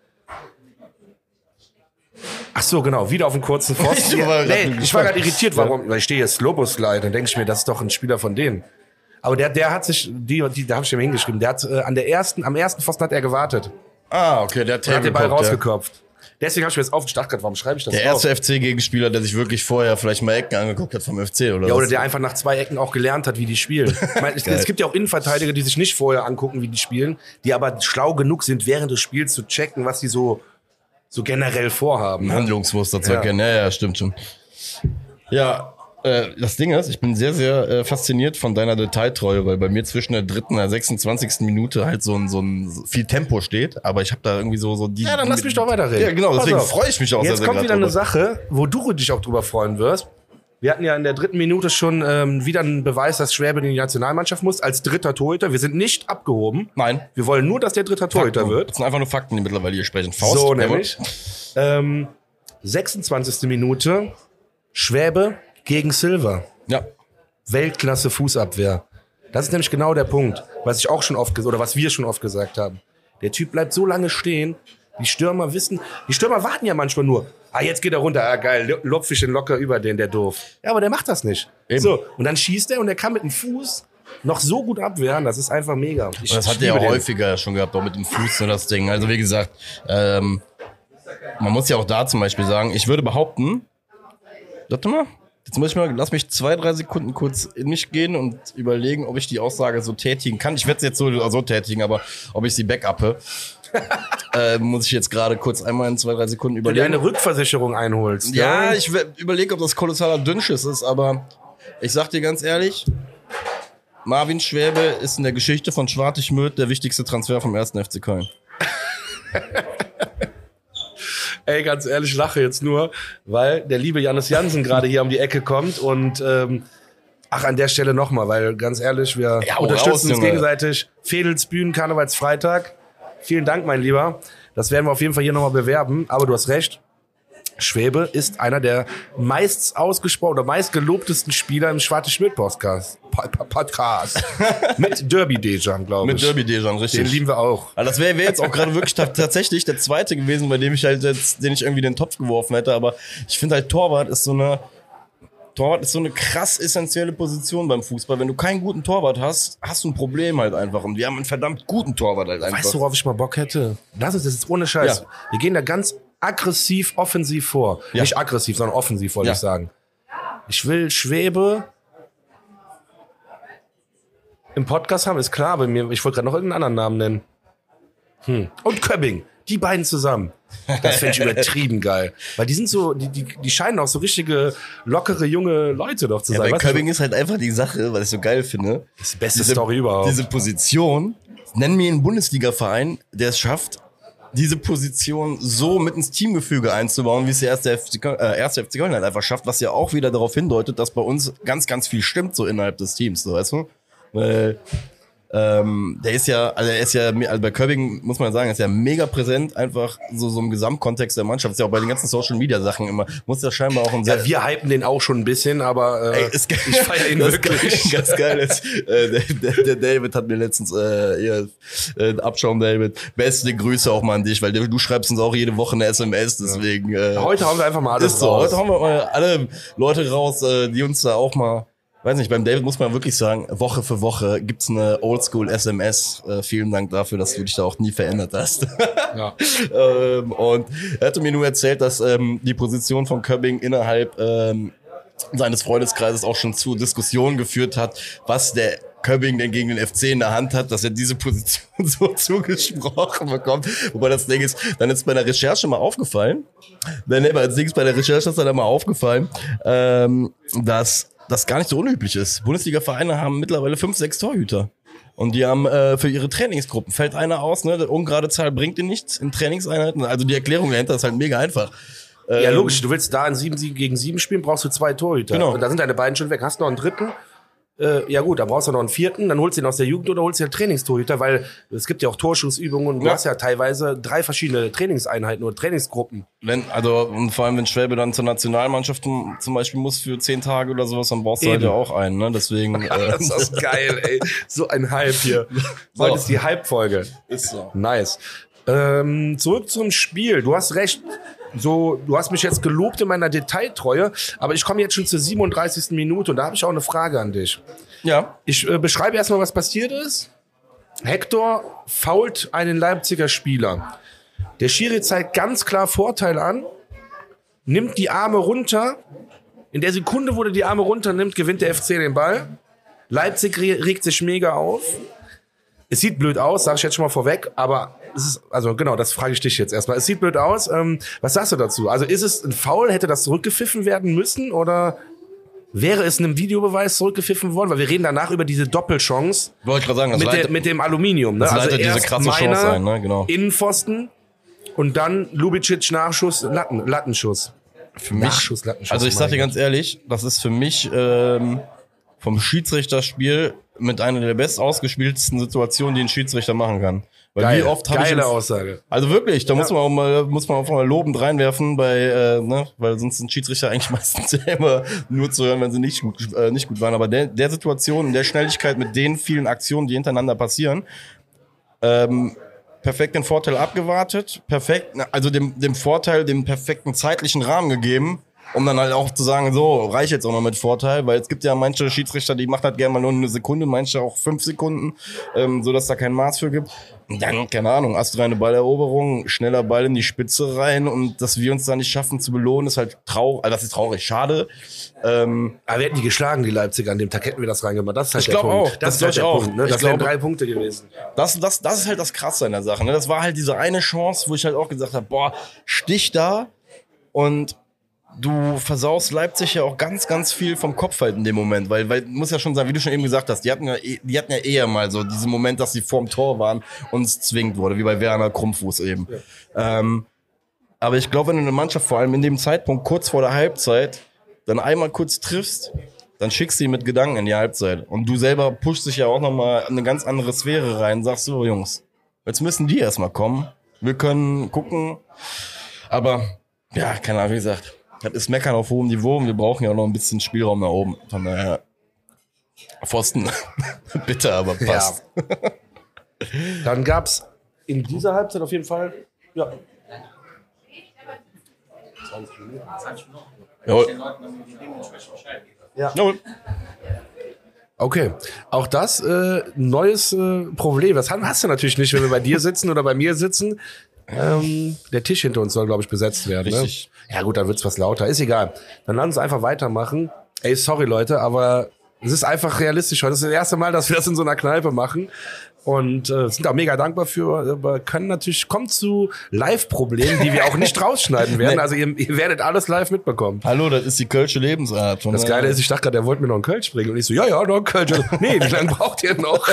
Ach so, genau, wieder auf einen kurzen Pfosten. ich war, nee, ich war gerade irritiert, warum, weil ich stehe hier Sloboslai, dann denke ich mir, das ist doch ein Spieler von denen. Aber der, der hat sich, die, die da habe ich mir hingeschrieben, der hat äh, an der ersten, am ersten Pfosten hat er gewartet. Ah, okay, der hat, hat den Ball rausgeköpft. Ja. Deswegen habe ich mir jetzt aufgedacht gedacht, warum schreibe ich das Der erste auf? F C-Gegenspieler, der sich wirklich vorher vielleicht mal Ecken angeguckt hat vom F C, oder Ja, was? oder der einfach nach zwei Ecken auch gelernt hat, wie die spielen. Ich meine, es, es gibt ja auch Innenverteidiger, die sich nicht vorher angucken, wie die spielen, die aber schlau genug sind, während des Spiels zu checken, was die so, so generell vorhaben. Ein Handlungsmuster zu erkennen, ja. ja, ja, stimmt schon. Ja, äh, das Ding ist, ich bin sehr, sehr äh, fasziniert von deiner Detailtreue, weil bei mir zwischen der dritten und der sechsundzwanzigsten Minute halt so ein, so ein viel Tempo steht, aber ich habe da irgendwie so, so die... Ja, dann lass mich doch weiterreden. Ja, genau, deswegen freue ich mich auch Jetzt sehr, sehr kommt wieder drüber. eine Sache, wo du dich auch drüber freuen wirst. Wir hatten ja in der dritten Minute schon ähm, wieder einen Beweis, dass Schwäbe in die Nationalmannschaft muss, als dritter Torhüter. Wir sind nicht abgehoben. Nein. Wir wollen nur, dass der dritter Torhüter Fakten. wird. Das sind einfach nur Fakten, die mittlerweile hier sprechen. Faust, so nämlich. Ähm, sechsundzwanzigste Minute, Schwäbe gegen Silva. Ja. Weltklasse Fußabwehr. Das ist nämlich genau der Punkt, was ich auch schon oft oder was wir schon oft gesagt haben. Der Typ bleibt so lange stehen. Die Stürmer wissen, die Stürmer warten ja manchmal nur. Ah, jetzt geht er runter. Ah, geil, lopf ich den locker über den, der doof. Ja, aber der macht das nicht. Eben. So, und dann schießt er und er kann mit dem Fuß noch so gut abwehren. Das ist einfach mega. Ich, das hat er ja häufiger schon gehabt, auch mit dem Fuß und das Ding. Also wie gesagt, ähm, man muss ja auch da zum Beispiel sagen, ich würde behaupten, warte mal, jetzt muss ich mal, lass mich zwei, drei Sekunden kurz in mich gehen und überlegen, ob ich die Aussage so tätigen kann. Ich werde es jetzt so, so tätigen, aber ob ich sie backuppe, äh, muss ich jetzt gerade kurz einmal in zwei, drei Sekunden überlegen. Wenn du eine Rückversicherung einholst. Ja, ja? ich überlege, ob das kolossaler Dünnschiss ist, aber ich sag dir ganz ehrlich, Marvin Schwäbe ist in der Geschichte von Schwartig-Möd der wichtigste Transfer vom ersten F C Köln. Ey, ganz ehrlich, ich lache jetzt nur, weil der liebe Jannis Jansen gerade hier um die Ecke kommt und ähm, ach, an der Stelle nochmal, weil ganz ehrlich, wir ja, unterstützen raus, uns Junge. gegenseitig. Fedelsbühnen, Karnevalsfreitag. Vielen Dank, mein Lieber. Das werden wir auf jeden Fall hier nochmal bewerben, aber du hast recht. Schwäbe ist einer der meist ausgesprochen oder meist gelobtesten Spieler im Schwarze-Schmidt-Podcast. Podcast. Mit Derby-Dejan, glaube ich. Mit Derby-Dejan, richtig. Den lieben wir auch. Also das wäre wär jetzt auch gerade wirklich tatsächlich der zweite gewesen, bei dem ich halt jetzt, den ich irgendwie in den Topf geworfen hätte. Aber ich finde halt, Torwart ist so eine, Torwart ist so eine krass essentielle Position beim Fußball. Wenn du keinen guten Torwart hast, hast du ein Problem halt einfach. Und wir haben einen verdammt guten Torwart halt einfach. Weißt du, worauf ich mal Bock hätte? Das ist, das ist ohne Scheiß. Ja. Wir gehen da ganz aggressiv, offensiv vor. Ja. Nicht aggressiv, sondern offensiv, wollte Ja. ich sagen. Ich will Schwäbe im Podcast haben, ist klar bei mir. Ich wollte gerade noch irgendeinen anderen Namen nennen. Hm. Und Köbbing. Die beiden zusammen. Das fände ich übertrieben geil. Weil die sind so, die, die, die scheinen auch so richtige, lockere, junge Leute doch zu Ja, sein. bei Weißt du, Köbbing ist halt einfach die Sache, was ich so geil finde. das ist die beste Diese, Story überhaupt. diese Position, nenn mir einen Bundesliga-Verein, der es schafft, diese Position so mit ins Teamgefüge einzubauen, wie es der erste F C Köln, äh, erste F C Köln halt einfach schafft, was ja auch wieder darauf hindeutet, dass bei uns ganz, ganz viel stimmt so innerhalb des Teams, so, weißt du? Weil Ähm, der ist ja, also er ist ja, also bei Köbbing muss man sagen, ist ja mega präsent, einfach so so im Gesamtkontext der Mannschaft. Ist ja auch bei den ganzen Social Media Sachen immer, muss ja scheinbar auch ein sehr. Ja, wir hypen den auch schon ein bisschen, aber äh, Ey, ist geil. ich feiere ihn das wirklich. Ganz geil ist, äh, der, der David hat mir letztens, äh, hier, äh, Abschaum David, beste Grüße auch mal an dich, weil du, du schreibst uns auch jede Woche eine S M S, deswegen. Äh, heute haben wir einfach mal alles ist so, raus. heute haben wir mal alle Leute raus, äh, die uns da auch mal. Weiß nicht, beim David muss man wirklich sagen, Woche für Woche gibt's eine Oldschool-S M S. Äh, vielen Dank dafür, dass du dich da auch nie verändert hast. Ja. ähm, und er hatte mir nur erzählt, dass ähm, die Position von Köbbing innerhalb ähm, seines Freundeskreises auch schon zu Diskussionen geführt hat, was der Köbbing denn gegen den F C in der Hand hat, dass er diese Position so zugesprochen bekommt. Wobei das Ding ist, dann ist bei der Recherche mal aufgefallen, nein, nee, das Ding ist bei der Recherche ist dann mal aufgefallen, ähm, dass das gar nicht so unüblich ist. Bundesliga-Vereine haben mittlerweile fünf, sechs Torhüter. Und die haben äh, für ihre Trainingsgruppen, fällt einer aus, ne? Die ungerade Zahl bringt dir nichts in Trainingseinheiten. Also die Erklärung dahinter ist halt mega einfach. Ja, Ähm, logisch, du willst da in sieben gegen sieben spielen, brauchst du zwei Torhüter. Genau. Und da sind deine beiden schon weg. Hast noch einen dritten? Äh, ja gut, da brauchst du noch einen vierten, dann holst du ihn aus der Jugend oder holst du den Trainingstorhüter, weil es gibt ja auch Torschussübungen und du Ja. hast ja teilweise drei verschiedene Trainingseinheiten oder Trainingsgruppen. Wenn, also, und vor allem, wenn Schwäbe dann zur Nationalmannschaft zum Beispiel muss für zehn Tage oder sowas, dann brauchst du Eben. halt ja auch einen, ne? Deswegen. Äh, Das ist das geil, ey. So ein Hype hier. So. Heute ist die Hype-Folge. ist so. Nice. Ähm, zurück zum Spiel. Du hast recht. So, du hast mich jetzt gelobt in meiner Detailtreue, aber ich komme jetzt schon zur siebenunddreißigsten Minute und da habe ich auch eine Frage an dich. Ja. Ich äh, beschreibe erstmal, was passiert ist. Hector foult einen Leipziger Spieler. Der Schiri zeigt ganz klar Vorteil an, nimmt die Arme runter. In der Sekunde, wo er die Arme runternimmt, gewinnt der F C den Ball. Leipzig re- regt sich mega auf. Es sieht blöd aus, sage ich jetzt schon mal vorweg, aber es ist, also genau, das frage ich dich jetzt erstmal. Es sieht blöd aus. Ähm, was sagst du dazu? Also ist es ein Foul? Hätte das zurückgepfiffen werden müssen oder wäre es einem Videobeweis zurückgepfiffen worden? Weil wir reden danach über diese Doppelchance Wollte ich gerade sagen, das mit, der, leitet, mit dem Aluminium. Ne? das Also leitet diese erst krasse Meiner, Chance ein, ne? Genau. Innenpfosten und dann Lubicic Nachschuss, Latten, Lattenschuss. Für mich, Nachschuss, Lattenschuss. also ich sag dir mein ganz ehrlich, das ist für mich ähm, vom Schiedsrichterspiel mit einer der best ausgespieltesten Situationen, die ein Schiedsrichter machen kann. Weil Geil, wie oft habe ich geile ins- Aussage. Also wirklich, da Ja. muss man auch mal, muss man auch mal lobend reinwerfen bei, äh, ne, weil sonst sind Schiedsrichter eigentlich meistens immer nur zu hören, wenn sie nicht gut, äh, nicht gut waren. Aber der, der Situation, in der Schnelligkeit mit den vielen Aktionen, die hintereinander passieren, ähm, perfekt den Vorteil abgewartet, perfekt, also dem, dem Vorteil den perfekten zeitlichen Rahmen gegeben, um dann halt auch zu sagen, so, reicht jetzt auch noch mit Vorteil, weil es gibt ja manche Schiedsrichter, die machen halt gerne mal nur eine Sekunde, manche auch fünf Sekunden, ähm, so dass da kein Maß für gibt. Und dann, keine Ahnung, astreine Balleroberung, schneller Ball in die Spitze rein und dass wir uns da nicht schaffen zu belohnen, ist halt traurig, also das ist traurig, schade. Ähm, Aber wir hätten die geschlagen, die Leipziger. An dem Tag hätten wir das reingemacht. Das ist halt Ich der glaub Punkt. auch. Das, Das ist halt der glaub ich auch. Punkt. Ne? Ich Das wären glaube- drei Punkte gewesen. Das, das, das ist halt das Krasse an der Sache. Ne? Das war halt diese eine Chance, wo ich halt auch gesagt habe, boah, stich da und du versaust Leipzig ja auch ganz, ganz viel vom Kopf halt in dem Moment, weil, weil, muss ja schon sagen, wie du schon eben gesagt hast, die hatten ja, eh- die hatten ja eher mal so diesen Moment, dass sie vorm Tor waren und es zwingend wurde, wie bei Werner Krummfuß eben. Ja. Ähm, aber ich glaube, wenn du eine Mannschaft vor allem in dem Zeitpunkt kurz vor der Halbzeit dann einmal kurz triffst, dann schickst du ihn mit Gedanken in die Halbzeit. Und du selber pushst dich ja auch nochmal in eine ganz andere Sphäre rein, sagst so, Jungs, jetzt müssen die erstmal kommen. Wir können gucken, aber ja, keine Ahnung, wie gesagt, das ist Meckern auf hohem Niveau und wir brauchen ja auch noch ein bisschen Spielraum nach oben. Von daher, Pfosten, bitte, aber passt. Ja. Dann gab's in dieser Halbzeit auf jeden Fall, ja, Jawohl. Ja. Jawohl. okay. Auch das äh, neues äh, Problem. Das hast hast du natürlich nicht, wenn wir bei dir sitzen oder bei mir sitzen. Ähm, der Tisch hinter uns soll, glaube ich, besetzt werden. Richtig. Ne? Ja gut, dann wird's was lauter. Ist egal. Dann lass uns einfach weitermachen. Ey, sorry Leute, aber es ist einfach realistisch heute. Das ist das erste Mal, dass wir das in so einer Kneipe machen. Und äh, sind auch mega dankbar für, aber können natürlich, kommt zu Live-Problemen, die wir auch nicht rausschneiden werden. Nee. Also ihr, ihr werdet alles live mitbekommen. Hallo, das ist die Kölsche Lebensart. Von Das daher- Geile ist, ich dachte gerade, der wollte mir noch einen Kölsch bringen. Und ich so, ja, ja, noch einen Kölsch. Nee, wie lange braucht ihr noch?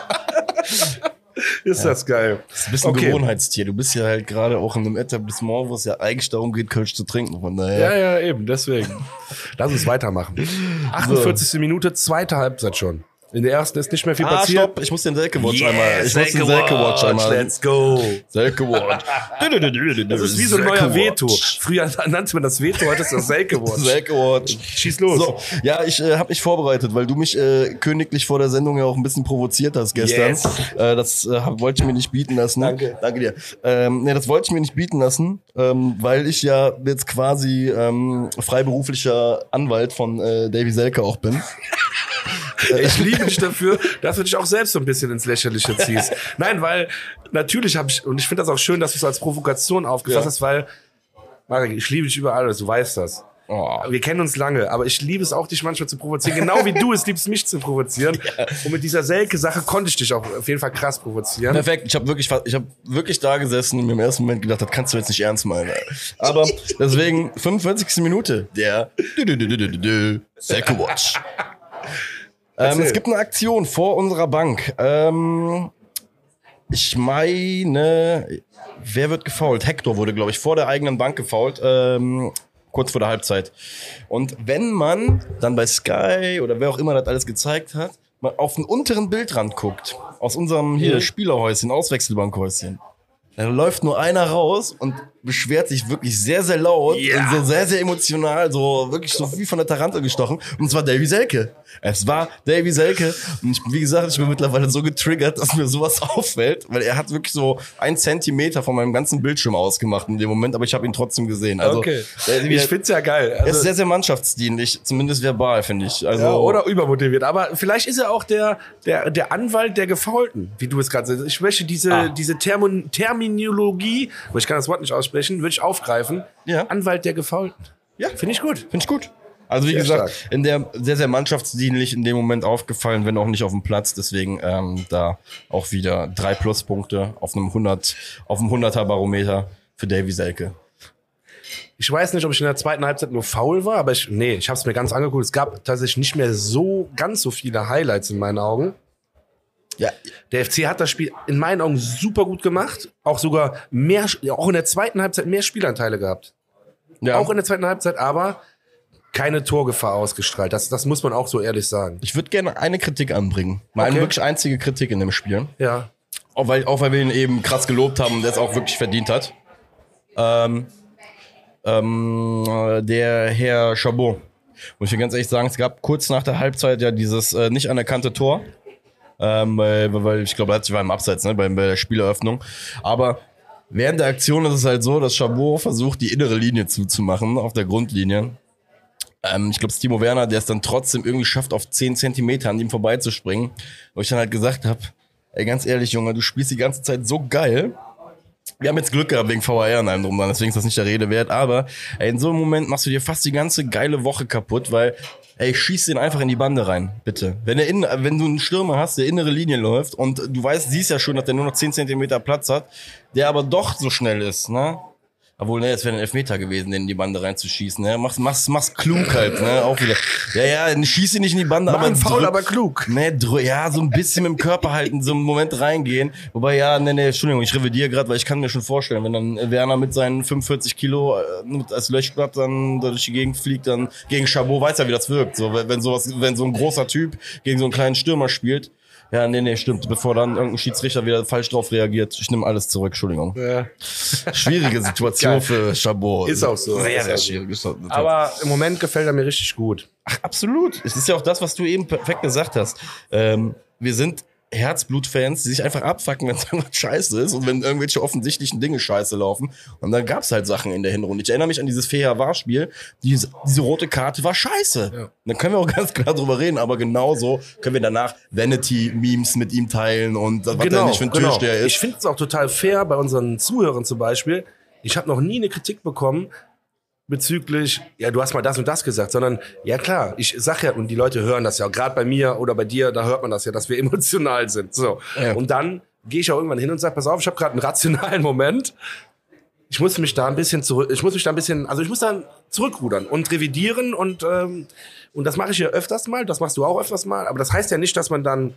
Ist das geil. Das ist ein bisschen Okay. Gewohnheitstier. Du bist ja halt gerade auch in einem Etablissement, wo es ja eigentlich darum geht, Kölsch zu trinken. Von daher. Ja, ja, eben, deswegen. Lass uns weitermachen. achtundvierzigste Minute, zweite Halbzeit schon. In der ersten ist nicht mehr viel Ah, passiert. stopp, ich muss den Selke-Watch Yes, einmal. Ich muss den Selke-Watch, Selke-Watch einmal. let's go. Selke-Watch. Das ist wie so ein neuer Veto. Früher nannte man das Veto, heute ist das Selke-Watch. Selke-Watch. Schieß los. So, ja, ich äh, habe mich vorbereitet, weil du mich äh, königlich vor der Sendung ja auch ein bisschen provoziert hast gestern. Yes. Äh, das äh, hab- wollte ich mir nicht bieten lassen. Danke. Danke dir. Ähm, nee, das wollte ich mir nicht bieten lassen, ähm, weil ich ja jetzt quasi ähm, freiberuflicher Anwalt von äh, Davy Selke auch bin. Ich liebe dich dafür, dass du dich auch selbst so ein bisschen ins Lächerliche ziehst. Nein, weil natürlich habe ich, und ich finde das auch schön, dass du es als Provokation aufgefasst Ja. hast, weil, Marek, ich liebe dich über alles, du weißt das. Oh. Wir kennen uns lange, aber ich liebe es auch, dich manchmal zu provozieren, genau wie du es liebst, mich zu provozieren. Ja. Und mit dieser Selke-Sache konnte ich dich auch auf jeden Fall krass provozieren. Perfekt, ich habe wirklich, fa- ich habe wirklich da gesessen und mir im ersten Moment gedacht, das kannst du jetzt nicht ernst meinen. Ey. Aber deswegen fünfundvierzigste Minute, der Selke-Watch. Ähm, es gibt eine Aktion vor unserer Bank. Ähm, ich meine, wer wird gefoult? Hector wurde, glaube ich, vor der eigenen Bank gefoult. Ähm, kurz vor der Halbzeit. Und wenn man dann bei Sky oder wer auch immer das alles gezeigt hat, mal auf den unteren Bildrand guckt, aus unserem hier Mhm. Spielerhäuschen, Auswechselbankhäuschen, da läuft nur einer raus und beschwert sich wirklich sehr, sehr laut Ja. und so sehr, sehr emotional, so wirklich so wie von der Tarantel gestochen. Und zwar Davy Selke. Es war Davy Selke. Und ich, wie gesagt, ich bin mittlerweile so getriggert, dass mir sowas auffällt, weil er hat wirklich so ein Zentimeter von meinem ganzen Bildschirm ausgemacht in dem Moment, aber ich habe ihn trotzdem gesehen. Also, okay. er, Ich find's ja geil. er ist Also, sehr, sehr mannschaftsdienlich, zumindest verbal, finde ich. Also, ja, oder übermotiviert. Aber vielleicht ist er auch der, der, der Anwalt der Gefaulten, wie du es gerade sagst. Ich möchte diese, Ah. diese Termo- Terminologie, aber ich kann das Wort nicht aussprechen, würde ich aufgreifen. Ja. Anwalt der Gefaulten. Ja. Finde ich gut. Finde ich gut. Also wie Sehr gesagt, stark. in der sehr, sehr mannschaftsdienlich in dem Moment aufgefallen, wenn auch nicht auf dem Platz. Deswegen ähm, da auch wieder drei Pluspunkte auf einem hundert, auf einem hunderter Barometer für Davy Selke. Ich weiß nicht, ob ich in der zweiten Halbzeit nur faul war, aber ich, nee, ich habe es mir ganz angeguckt. Es gab tatsächlich nicht mehr so ganz so viele Highlights in meinen Augen. Ja, Der F C hat das Spiel in meinen Augen super gut gemacht. Auch sogar mehr, auch in der zweiten Halbzeit mehr Spielanteile gehabt. ja. Auch in der zweiten Halbzeit, aber keine Torgefahr ausgestrahlt. Das, das muss man auch so ehrlich sagen. Ich würde gerne eine Kritik anbringen. Mal eine Okay. wirklich einzige Kritik in dem Spiel. Ja. Auch weil, auch weil wir ihn eben krass gelobt haben und der es auch wirklich verdient hat. Ähm, ähm, der Herr Chabot. Muss ich dir ganz ehrlich sagen, es gab kurz nach der Halbzeit ja dieses äh, nicht anerkannte Tor. Ähm, weil, weil ich glaube, er hat sich war im Abseits, ne, bei, bei der Spieleröffnung. Aber während der Aktion ist es halt so, dass Chabot versucht, die innere Linie zuzumachen, auf der Grundlinie. Ähm, ich glaube, es ist Timo Werner, der es dann trotzdem irgendwie schafft, auf zehn Zentimeter an ihm vorbeizuspringen. Wo ich dann halt gesagt habe, ey, ganz ehrlich, Junge, du spielst die ganze Zeit so geil. Wir haben jetzt Glück gehabt wegen V A R in einem drum, deswegen ist das nicht der Rede wert. Aber ey, in so einem Moment machst du dir fast die ganze geile Woche kaputt, weil ey, schieß den einfach in die Bande rein, bitte. Wenn, der in, wenn du einen Stürmer hast, der innere Linie läuft und du weißt, siehst ja schon, dass der nur noch zehn Zentimeter Platz hat, der aber doch so schnell ist, ne? Obwohl, ne, es wäre ein Elfmeter gewesen, den in die Bande reinzuschießen, ne? Mach's, mach's, mach's klug halt, ne? Auch wieder. Ja, ja, schieß ihn nicht in die Bande, Mach aber ihn faul, drück- aber klug. Ne, drü- ja, so ein bisschen mit dem Körper halten, so einen Moment reingehen. Wobei, ja, ne, ne, Entschuldigung, ich revidiere gerade, weil ich kann mir schon vorstellen, wenn dann Werner mit seinen fünfundvierzig Kilo äh, mit als Löschblatt dann da durch die Gegend fliegt, dann gegen Chabot weiß ja, wie das wirkt. So, wenn wenn sowas, wenn so ein großer Typ gegen so einen kleinen Stürmer spielt. Ja, nee, nee, stimmt. Bevor dann irgendein Schiedsrichter wieder falsch drauf reagiert. Ich nehme alles zurück, Entschuldigung. Ja. Schwierige Situation Geil. für Chabot. Ist auch so. Sehr, Ist sehr auch so. schwierige Situation. Aber im Moment gefällt er mir richtig gut. Ach, absolut. Es ist ja auch das, was du eben perfekt gesagt hast. Ähm, wir sind Herzblut-Fans, die sich einfach abfacken, wenn es irgendwas scheiße ist und wenn irgendwelche offensichtlichen Dinge scheiße laufen. Und dann gab's halt Sachen in der Hinrunde. Ich erinnere mich an dieses Feher-War-Spiel. Diese, diese rote Karte war scheiße. Ja. Da können wir auch ganz klar drüber reden, aber genauso können wir danach Vanity-Memes mit ihm teilen und was er nicht für ein Türsteher ist. Ich finde es auch total fair bei unseren Zuhörern zum Beispiel. Ich habe noch nie eine Kritik bekommen bezüglich, ja, du hast mal das und das gesagt, sondern, ja klar, ich sag ja, und die Leute hören das ja, gerade bei mir oder bei dir, da hört man das ja, dass wir emotional sind. So. Ja. Und dann gehe ich auch irgendwann hin und sage, pass auf, ich habe gerade einen rationalen Moment. Ich muss mich da ein bisschen zurück, ich muss mich da ein bisschen, also ich muss dann zurückrudern und revidieren und ähm, und das mache ich ja öfters mal, das machst du auch öfters mal, aber das heißt ja nicht, dass man dann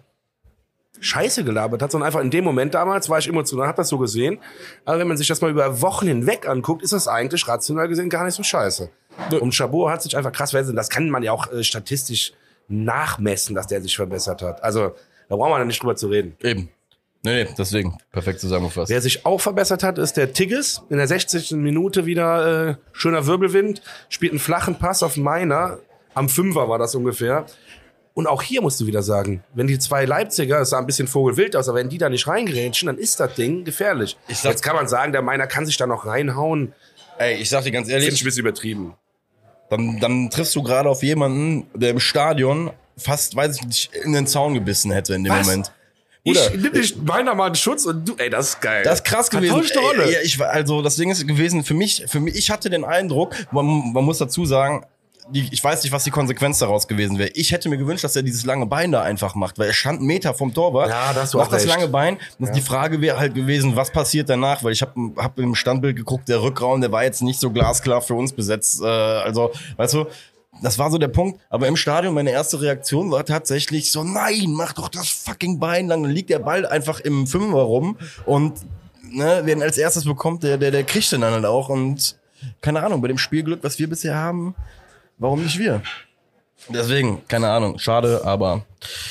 Scheiße gelabert hat, sondern einfach in dem Moment damals war ich emotional, hab das so gesehen. Aber wenn man sich das mal über Wochen hinweg anguckt, ist das eigentlich rational gesehen gar nicht so scheiße. Und Chabot hat sich einfach krass versetzt. Das kann man ja auch äh, statistisch nachmessen, dass der sich verbessert hat. Also da brauchen wir dann nicht drüber zu reden. Eben. Nee, nee, deswegen. Perfekt zusammengefasst. Wer sich auch verbessert hat, ist der Tigges. In der sechzigsten Minute wieder äh, schöner Wirbelwind. Spielt einen flachen Pass auf Meiner. Am Fünfer war das ungefähr. Und auch hier musst du wieder sagen, wenn die zwei Leipziger, es sah ein bisschen vogelwild aus, aber wenn die da nicht reingrätschen, dann ist das Ding gefährlich. Ich sag, Jetzt kann man sagen, der Meiner kann sich da noch reinhauen. Ey, ich sag dir ganz ehrlich. Finde ich ein bisschen übertrieben. Dann, dann triffst du gerade auf jemanden, der im Stadion fast, weiß ich nicht, in den Zaun gebissen hätte in dem Was? Moment. Ich nimm dich meiner mal einen Schutz und du, ey, das ist geil. Das ist krass gewesen. Rolle. Ey, ja, ich, also das Ding ist gewesen, für mich, für mich, ich hatte den Eindruck, man, man muss dazu sagen, die, ich weiß nicht, was die Konsequenz daraus gewesen wäre. Ich hätte mir gewünscht, dass er dieses lange Bein da einfach macht, weil er stand einen Meter vom Torwart, ja, das macht das lange Bein. Und ja. Die Frage wäre halt gewesen, was passiert danach, weil ich habe hab im Standbild geguckt, der Rückraum, der war jetzt nicht so glasklar für uns besetzt. Äh, also, weißt du, das war so der Punkt. Aber im Stadion, meine erste Reaktion war tatsächlich so, nein, mach doch das fucking Bein lang. Dann liegt der Ball einfach im Fünfer rum. Und ne, wer ihn als erstes bekommt, der, der, der kriegt den dann halt auch. Und keine Ahnung, bei dem Spielglück, was wir bisher haben, warum nicht wir? Deswegen, keine Ahnung, schade, aber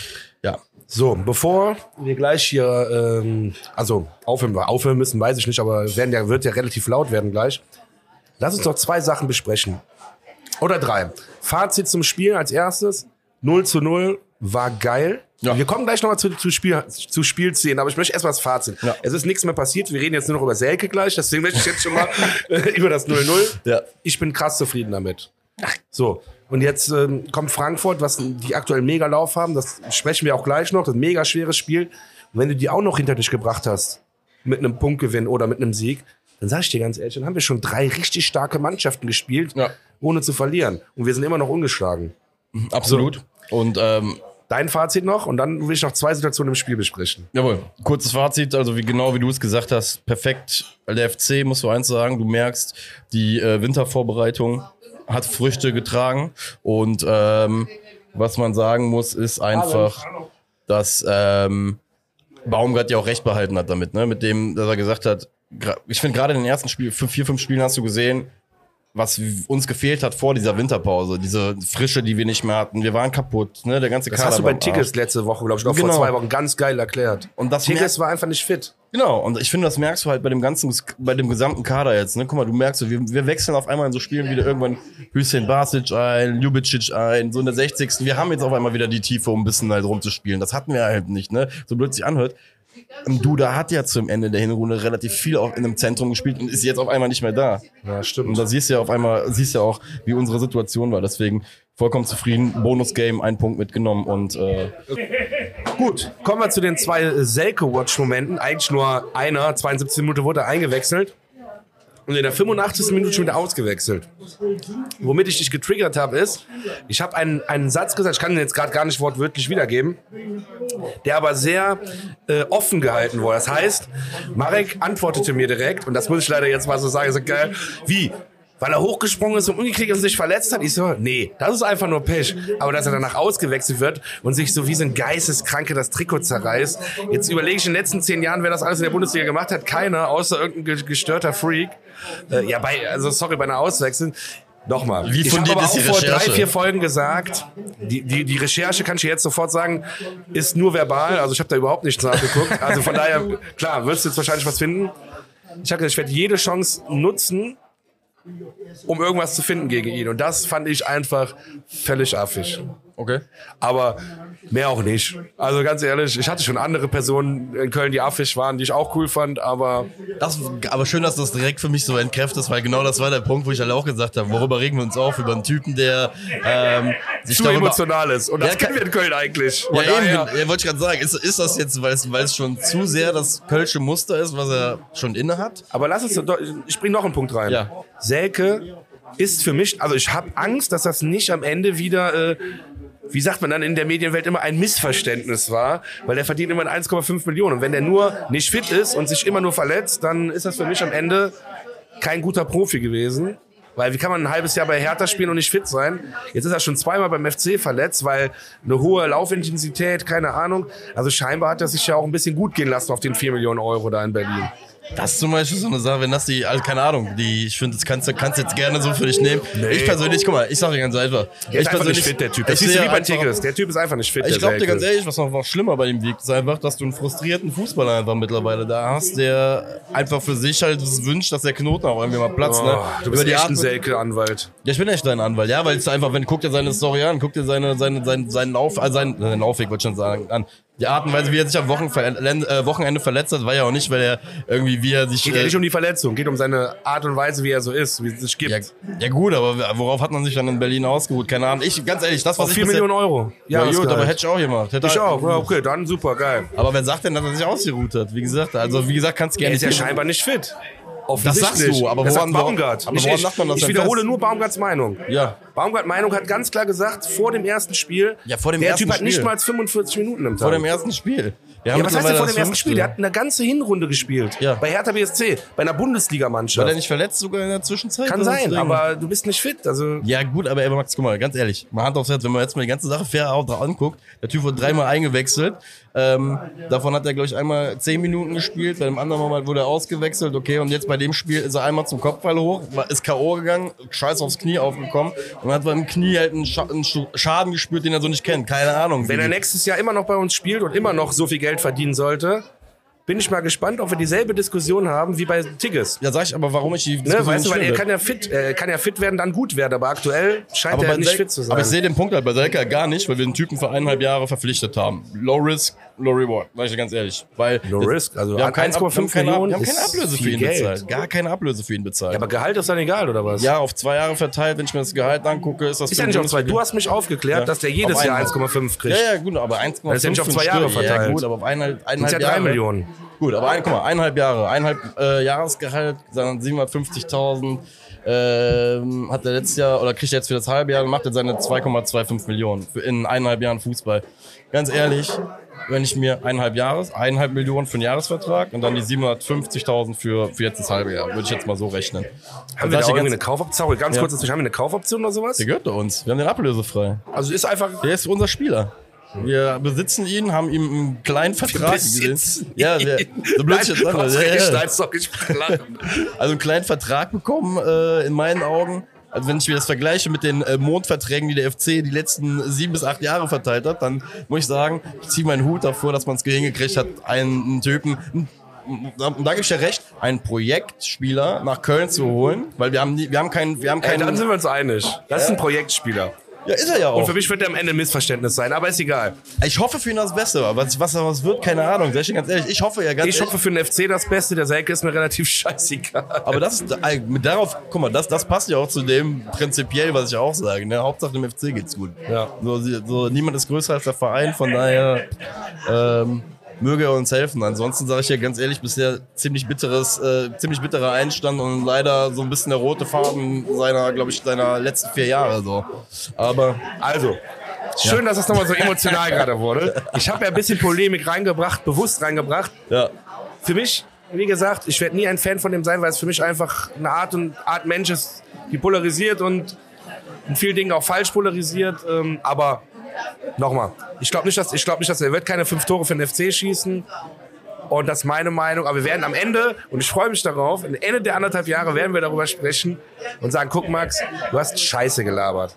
ja. So, bevor wir gleich hier, ähm, also aufhören, aufhören müssen, weiß ich nicht, aber werden ja, wird ja relativ laut werden gleich. Lass uns doch zwei Sachen besprechen. Oder drei. Fazit zum Spiel als erstes. null zu null war geil. Ja. Wir kommen gleich nochmal zu, zu, Spiel, zu Spielszenen, aber ich möchte erstmal das Fazit. Ja. Es ist nichts mehr passiert. Wir reden jetzt nur noch über Selke gleich, deswegen möchte ich jetzt schon mal über das null null. Ja. Ich bin krass zufrieden damit. So, und jetzt ähm, kommt Frankfurt, was die aktuell mega Lauf haben. Das sprechen wir auch gleich noch. Das ist ein mega schweres Spiel. Und wenn du die auch noch hinter dich gebracht hast, mit einem Punktgewinn oder mit einem Sieg, dann sag ich dir ganz ehrlich, dann haben wir schon drei richtig starke Mannschaften gespielt, ja. ohne zu verlieren. Und wir sind immer noch ungeschlagen. Absolut. So. Und ähm, dein Fazit noch und dann will ich noch zwei Situationen im Spiel besprechen. Jawohl. Kurzes Fazit, also wie genau wie du es gesagt hast, perfekt. Der F C, musst du eins sagen, du merkst, die äh, Wintervorbereitung hat Früchte getragen. Und ähm, was man sagen muss, ist einfach, dass ähm, Baumgart ja auch recht behalten hat damit, ne? Mit dem, dass er gesagt hat, ich finde gerade in den ersten Spiel, vier, fünf Spielen hast du gesehen, was uns gefehlt hat vor dieser Winterpause, diese Frische, die wir nicht mehr hatten. Wir waren kaputt, ne? Der ganze das Kader. Das hast du bei Tigges letzte Woche, glaube ich, noch genau. vor zwei Wochen ganz geil erklärt. Und das Tigges war einfach nicht fit. Genau, und ich finde, das merkst du halt bei dem ganzen, bei dem gesamten Kader jetzt, ne? Guck mal, du merkst, wir, wir wechseln auf einmal in so Spielen wieder irgendwann Hüseyin Basic ein, Ljubicic ein, so in der sechzigsten Wir haben jetzt auf einmal wieder die Tiefe, um ein bisschen halt rumzuspielen. Das hatten wir halt nicht, ne? So blöd sich anhört. Duda hat ja zum Ende der Hinrunde relativ viel auch in einem Zentrum gespielt und ist jetzt auf einmal nicht mehr da. Ja, stimmt. Und da siehst du ja auf einmal, siehst ja auch, wie unsere Situation war. Deswegen vollkommen zufrieden. Bonus-Game, ein Punkt mitgenommen und äh gut, kommen wir zu den zwei Selke-Watch-Momenten. Eigentlich nur einer, zweiundsiebzigste Minute wurde er eingewechselt. Und in der fünfundachtzigsten Minute schon wieder ausgewechselt. Womit ich dich getriggert habe, ist, ich habe einen, einen Satz gesagt, ich kann ihn jetzt gerade gar nicht wortwörtlich wiedergeben, der aber sehr äh, offen gehalten wurde. Das heißt, Marek antwortete mir direkt, und das muss ich leider jetzt mal so sagen, so geil, wie? Weil er hochgesprungen ist und umgeklickt und sich verletzt hat? Ich so, nee, das ist einfach nur Pech. Aber dass er danach ausgewechselt wird und sich so wie so ein Geisteskranke das Trikot zerreißt. Jetzt überlege ich in den letzten zehn Jahren, wer das alles in der Bundesliga gemacht hat. Keiner, außer irgendein gestörter Freak. Äh, ja, bei, also sorry, bei einer Auswechslung. Nochmal. Wie ich habe aber auch vor Recherche? drei, vier Folgen gesagt, die, die, die Recherche, kann ich dir jetzt sofort sagen, ist nur verbal. Also ich habe da überhaupt nichts nachgeguckt. Also von daher, klar, wirst du jetzt wahrscheinlich was finden. Ich habe gesagt, ich werde jede Chance nutzen, um irgendwas zu finden gegen ihn. Und das fand ich einfach völlig affig. Okay. Aber mehr auch nicht. Also ganz ehrlich, ich hatte schon andere Personen in Köln, die affig waren, die ich auch cool fand, aber... Das, aber schön, dass du das direkt für mich so entkräftest, weil genau das war der Punkt, wo ich halt auch gesagt habe, worüber regen wir uns auf? Über einen Typen, der ähm, sich zu darüber, emotional ist. Und das kennen wir in Köln eigentlich. Ja, eben, ja, wollte ich gerade sagen. Ist, ist das jetzt, weil es, weil es schon zu sehr das kölsche Muster ist, was er schon inne hat? Aber lass uns, ich bring noch einen Punkt rein. Ja. Selke ist für mich, also ich habe Angst, dass das nicht am Ende wieder... Äh, wie sagt man dann in der Medienwelt immer, ein Missverständnis war, weil der verdient immer eins Komma fünf Millionen. Und wenn der nur nicht fit ist und sich immer nur verletzt, dann ist das für mich am Ende kein guter Profi gewesen. Weil wie kann man ein halbes Jahr bei Hertha spielen und nicht fit sein? Jetzt ist er schon zweimal beim F C verletzt, weil eine hohe Laufintensität, keine Ahnung. Also scheinbar hat er sich ja auch ein bisschen gut gehen lassen auf den vier Millionen Euro da in Berlin. Das ist zum Beispiel so eine Sache, wenn das die, also keine Ahnung, die, ich finde, das kannst du kannst jetzt gerne so für dich nehmen. Nee. Ich persönlich, guck mal, ich sage dir ganz einfach. Der ich ist einfach nicht fit, der Typ. Das siehst du wie bei Tigges. Der Typ ist einfach nicht fit. Ich glaube dir ganz ehrlich, was noch, noch schlimmer bei ihm liegt, ist einfach, dass du einen frustrierten Fußballer einfach mittlerweile da hast, der einfach für sich halt wünscht, dass der Knoten auch irgendwie mal platzt. Oh, ne? Du bist echt ein Selke-Anwalt. Ja, ich bin echt dein Anwalt, ja, weil es einfach, wenn, guck dir seine Story an, guck dir seine, seine, seinen, seinen Lauf, also seinen, seinen Laufweg, wollte ich schon sagen, an. Die Art und Weise, wie er sich am Wochenende verletzt hat, war ja auch nicht, weil er irgendwie, wie er sich... Geht ja nicht um die Verletzung, geht um seine Art und Weise, wie er so ist, wie es sich gibt. Ja, ja gut, aber worauf hat man sich dann in Berlin ausgeruht? Keine Ahnung. Ich, ganz ehrlich, das, was auf ich... vier Millionen Euro. Ja, ja gut, aber hätte ich auch gemacht. Hätte ich halt, auch, ja, okay, dann super, geil. Aber wer sagt denn, dass er sich ausgeruht hat? Wie gesagt, also wie gesagt, kannst du gerne... Er ist ja scheinbar nicht fit. Das sagst du, aber das woran, sagt Baumgart. Aber woran macht man das ich denn wiederhole fest? nur Baumgarts Meinung. Ja. Baumgart Meinung hat ganz klar gesagt, vor dem ersten Spiel, ja, vor dem der ersten Typ hat Spiel. nicht mal fünfundvierzig Minuten im Tag. Vor dem ersten Spiel. Ja, was heißt denn vor dem ersten Spiel? Der hat eine ganze Hinrunde gespielt. Ja. Bei Hertha B S C, bei einer Bundesligamannschaft. War der nicht verletzt sogar in der Zwischenzeit? Kann sein, aber du bist nicht fit. Also ja gut, aber ey, Max, guck mal, ganz ehrlich, mal Hand aufs Herz, wenn man jetzt mal die ganze Sache fair auch anguckt, der Typ wurde dreimal eingewechselt. Ähm, davon hat er, glaube ich, einmal zehn Minuten gespielt, bei dem anderen Mal wurde er ausgewechselt, okay, und jetzt bei dem Spiel ist er einmal zum Kopfball hoch, ist K O gegangen, scheiß aufs Knie aufgekommen und hat beim Knie halt einen, Scha einen Schaden gespürt, den er so nicht kennt, keine Ahnung. Wenn er nächstes Jahr immer noch bei uns spielt und immer noch so viel Geld verdienen sollte, bin ich mal gespannt, ob wir dieselbe Diskussion haben wie bei Tigges. Ja, sag ich aber, warum ich die Diskussion ne, weißt nicht du, weil finde. er kann ja fit, er kann ja fit werden, dann gut werden, aber aktuell scheint aber er nicht Sel- fit zu sein. Aber ich sehe den Punkt halt bei Selke gar nicht, weil wir den Typen für eineinhalb Jahre verpflichtet haben. Low risk, low reward, sag ich dir ganz ehrlich. Weil Low das, risk, also wir haben eins Komma fünf keine, Millionen wir haben keine ist Ablöse für viel ihn Geld. bezahlt. Gar keine Ablöse für ihn bezahlt. Ja, aber Gehalt ist dann egal, oder was? Ja, auf zwei Jahre verteilt, wenn ich mir das Gehalt angucke, ist das... Ist ja nicht auf zwei. Du hast mich aufgeklärt, ja. dass der jedes Auf Jahr ein- eins Komma fünf kriegt. Ja, ja, gut, aber eins Komma fünf Das ist ja nicht auf zwei Jahre verteilt. Ja, gut, aber auf eineinhalb, eineinhalb Das sind ja drei Jahre. Millionen. Gut, aber ein, guck mal, eineinhalb Jahre, eineinhalb äh, Jahresgehalt, dann siebenhundertfünfzigtausend ähm, hat er letztes Jahr, oder kriegt er jetzt für das halbe Jahr, macht er seine zwei Komma fünfundzwanzig Millionen für in eineinhalb Jahren Fußball. Ganz ehrlich, wenn ich mir eineinhalb Jahres, eineinhalb Millionen für einen Jahresvertrag und dann die siebenhundertfünfzigtausend für, für jetzt das halbe Jahr, würde ich jetzt mal so rechnen. Haben wir da irgendwie eine Kaufoption? Ganz kurz, dazwischen, haben wir eine Kaufoption oder sowas? Der gehört doch uns, wir haben den ablösefrei. Also ist einfach... Der ist unser Spieler. Wir besitzen ihn, haben ihm einen kleinen Vertrag besitzen Ja, wir, so blöd ich jetzt sage. Ja, ja. Doch, ich lachen. Also einen kleinen Vertrag bekommen, äh, in meinen Augen. Also wenn ich mir das vergleiche mit den äh, Mondverträgen, die der F C die letzten sieben bis acht Jahre verteilt hat, dann muss ich sagen, ich ziehe meinen Hut davor, dass man es hingekriegt hat, einen, einen Typen, und da gebe ich dir recht, einen Projektspieler nach Köln zu holen, weil wir haben, nie, wir haben keinen, wir haben Ey, keinen. dann sind wir uns einig. Das ist ein Projektspieler. Ja, ist er ja auch. Und für mich wird er am Ende ein Missverständnis sein, aber ist egal. Ich hoffe für ihn das Beste, aber was, was daraus wird, keine Ahnung. Sag ich dir ganz ehrlich, ich hoffe ja ganz Ich ehrlich. hoffe für den F C das Beste, der Selke ist mir relativ scheißegal. Aber das ist, äh, mit darauf, guck mal, das, das passt ja auch zu dem prinzipiell, was ich auch sage. Ne? Hauptsache dem F C geht's gut. Ja. So, so, niemand ist größer als der Verein, von daher ähm, möge er uns helfen. Ansonsten sage ich ja ganz ehrlich, bisher ziemlich bitteres, äh, ziemlich bitterer Einstand und leider so ein bisschen der rote Faden seiner, glaube ich, seiner letzten vier Jahre so. Aber Also, schön, dass das nochmal so emotional gerade wurde. Ich habe ja ein bisschen Polemik reingebracht, bewusst reingebracht. ja, Für mich, wie gesagt, ich werde nie ein Fan von dem sein, weil es für mich einfach eine Art und Art Mensch ist, die polarisiert und in vielen Dingen auch falsch polarisiert. Ähm, aber nochmal, ich glaube nicht, dass ich glaube nicht, dass er wird keine fünf Tore für den F C schießen. Und das ist meine Meinung. Aber wir werden am Ende, und ich freue mich darauf, am Ende der anderthalb Jahre werden wir darüber sprechen und sagen, guck Max, du hast Scheiße gelabert.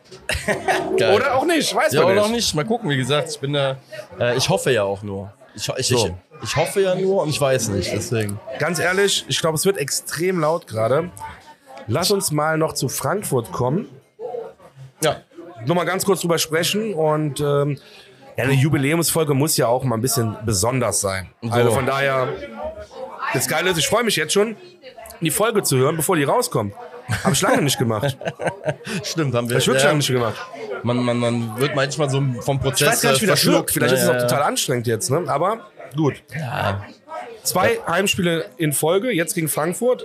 geil. Oder auch nicht, weiß Ja, man oder nicht. auch nicht. Mal gucken, wie gesagt, ich bin da, äh, ich hoffe ja auch nur. Ich, ich, So. ich, ich hoffe ja nur und ich weiß nicht, deswegen. Ganz ehrlich, ich glaube, es wird extrem laut gerade. Lass uns mal noch zu Frankfurt kommen. Ja. Nur mal ganz kurz drüber sprechen. Und ähm, ja, eine Jubiläumsfolge muss ja auch mal ein bisschen besonders sein. Also von daher, das Geile ist, ich freue mich jetzt schon, die Folge zu hören, bevor die rauskommt. Habe ich lange nicht gemacht. Stimmt, haben wir. Habe ich wirklich ja, lange nicht gemacht. man, man, man wird manchmal so vom Prozess Ich weiß gar nicht, wie das verschluckt. wirkt. Vielleicht Ja, ist es auch ja, total anstrengend jetzt. Ne? Aber gut. Ja. Zwei Heimspiele in Folge, jetzt gegen Frankfurt,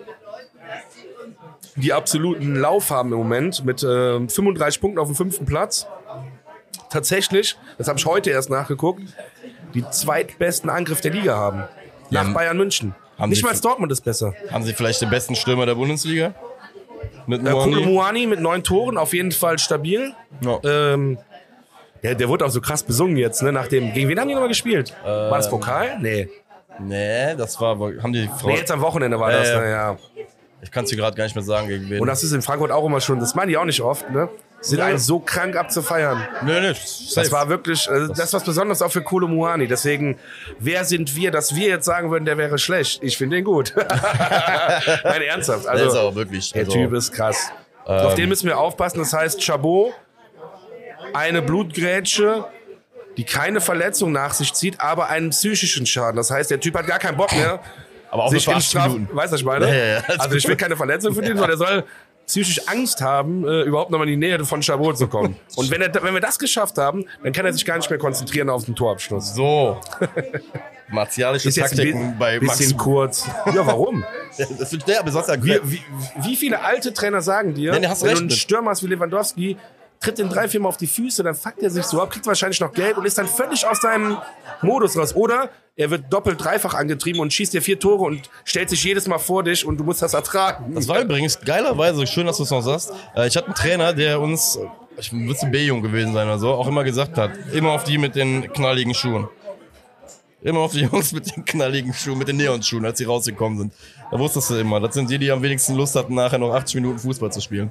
die absoluten Lauf haben im Moment mit äh, fünfunddreißig Punkten auf dem fünften Platz. Tatsächlich, das habe ich heute erst nachgeguckt, die zweitbesten Angriff der Liga haben. Nach Ja, Bayern München. haben Nicht sie- mal Dortmund ist besser. Haben sie vielleicht den besten Stürmer der Bundesliga? Mit Äh, Kolo Muani? Muani mit neun Toren, auf jeden Fall stabil. Ja. Ähm, der, der wurde auch so krass besungen jetzt, ne? Nach dem, gegen wen haben die nochmal gespielt? War das Pokal? Nee. Nee, das war, haben die Frau... Nee, jetzt am Wochenende war äh, das, naja. Ich kann es dir gerade gar nicht mehr sagen, gegen wen. Und das ist in Frankfurt auch immer schon, das meine ich auch nicht oft, ne? Sind einen so krank abzufeiern. Nee, nee, das war wirklich, äh, das ist was Besonderes auch für Kolo Muani. Deswegen, wer sind wir, dass wir jetzt sagen würden, der wäre schlecht? Ich finde ihn gut. Nein, ernsthaft. Also, der ist auch wirklich. Der also, Typ ist krass. Ähm, Auf den müssen wir aufpassen. Das heißt, Chabot, eine Blutgrätsche, die keine Verletzung nach sich zieht, aber einen psychischen Schaden. Das heißt, der Typ hat gar keinen Bock mehr. Aber auch sich nur im für Straf- Minuten. Weißt du, was ich meine? Ja, ja, ja. Also ich will keine Verletzung für den, sondern er soll psychisch Angst haben, äh, überhaupt nochmal in die Nähe von Chabot zu kommen. Und wenn, er, wenn wir das geschafft haben, dann kann er sich gar nicht mehr konzentrieren auf den Torabschluss. So. Martialische Ist jetzt ein Taktiken bi- bei Max. bisschen kurz. Ja, warum? Das wird der, aber sonst ja Wie, wie, wie viele alte Trainer sagen dir, Nee, nee, hast wenn recht du einen mit. Stürmer hast wie Lewandowski, tritt den drei, vier Mal auf die Füße, dann fuckt er sich so ab, kriegt wahrscheinlich noch Geld und ist dann völlig aus seinem Modus raus. Oder er wird doppelt, dreifach angetrieben und schießt dir vier Tore und stellt sich jedes Mal vor dich und du musst das ertragen. Das war übrigens geilerweise, schön, dass du es noch sagst. Äh, Ich hatte einen Trainer, der uns, ich müsste B-Jung gewesen sein oder so, auch immer gesagt hat, immer auf die mit den knalligen Schuhen. Immer auf die Jungs mit den knalligen Schuhen, mit den Neonschuhen, als sie rausgekommen sind. Da wusstest du immer, das sind die, die am wenigsten Lust hatten, nachher noch achtzig Minuten Fußball zu spielen.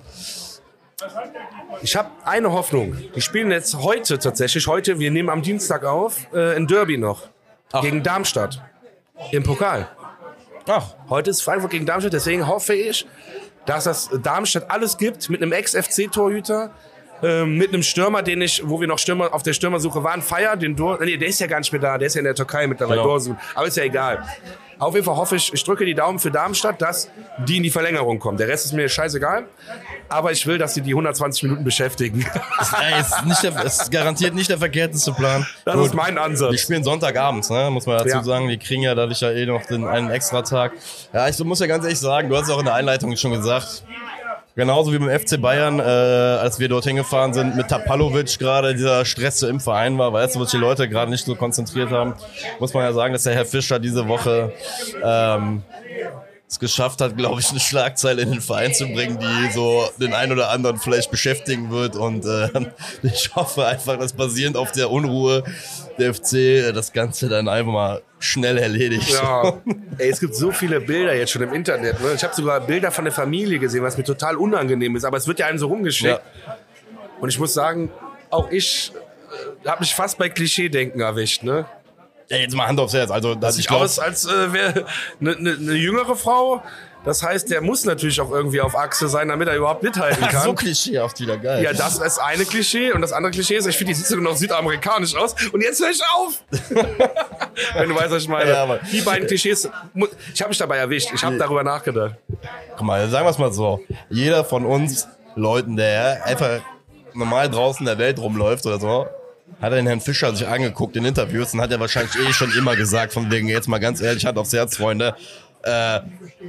Ich habe eine Hoffnung. Die spielen jetzt heute tatsächlich, heute, wir nehmen am Dienstag auf, äh, ein Derby noch. Ach. Gegen Darmstadt. Im Pokal. Ach, Heute ist Frankfurt gegen Darmstadt, deswegen hoffe ich, dass das Darmstadt alles gibt mit einem Ex-F C-Torhüter, ähm, mit einem Stürmer, den ich, wo wir noch Stürmer auf der Stürmersuche waren, Feier, den Dor, nee, der ist ja gar nicht mehr da, der ist ja in der Türkei mittlerweile, Genau. Dorsun, aber ist ja egal. Auf jeden Fall hoffe ich, ich drücke die Daumen für Darmstadt, dass die in die Verlängerung kommen. Der Rest ist mir scheißegal, aber ich will, dass sie die hundertzwanzig Minuten beschäftigen. das ist, nicht der, ist garantiert nicht der verkehrteste Plan. Das Gut, ist mein die Ansatz. spielen Sonntagabends, ne? Muss man dazu Ja. sagen. Die kriegen ja dadurch ja eh noch den einen extra Tag. Ja, ich muss ja ganz ehrlich sagen, du hast es auch in der Einleitung schon gesagt. Genauso wie beim F C Bayern, äh, als wir dorthin gefahren sind, mit Tapalovic gerade dieser Stress im Verein war, weißt du, was die Leute gerade nicht so konzentriert haben, muss man ja sagen, dass der Herr Fischer diese Woche ähm, es geschafft hat, glaube ich, eine Schlagzeile in den Verein zu bringen, die so den einen oder anderen vielleicht beschäftigen wird. Und äh, ich hoffe einfach, dass basierend auf der Unruhe der F C das Ganze dann einfach mal schnell erledigt. Ja, ey, es gibt so viele Bilder jetzt schon im Internet. Ne? Ich habe sogar Bilder von der Familie gesehen, was mir total unangenehm ist. Aber es wird ja einem so rumgeschickt. Ja. Und ich muss sagen, auch ich äh, habe mich fast bei Klischee-Denken erwischt. Ne? Ja, jetzt mal Hand aufs Herz. Also, dass ich Sieht glaube, aus, als äh, wäre eine ne, ne jüngere Frau. Das heißt, der muss natürlich auch irgendwie auf Achse sein, damit er überhaupt mithalten kann. so klischeehaft wieder geil. Ja, das ist eine Klischee. Und das andere Klischee ist, ich finde, die sieht sogar noch südamerikanisch aus. Und jetzt höre ich auf. Wenn du weißt, was ich meine. Ja, aber- die beiden Klischees, mu- ich habe mich dabei erwischt. Ich habe darüber nachgedacht. Guck mal, sagen wir es mal so. Jeder von uns Leuten, der einfach normal draußen in der Welt rumläuft oder so, hat er den Herrn Fischer sich angeguckt in Interviews und hat er wahrscheinlich eh schon immer gesagt, von wegen, jetzt mal ganz ehrlich, Hand aufs Herz, Freunde, äh,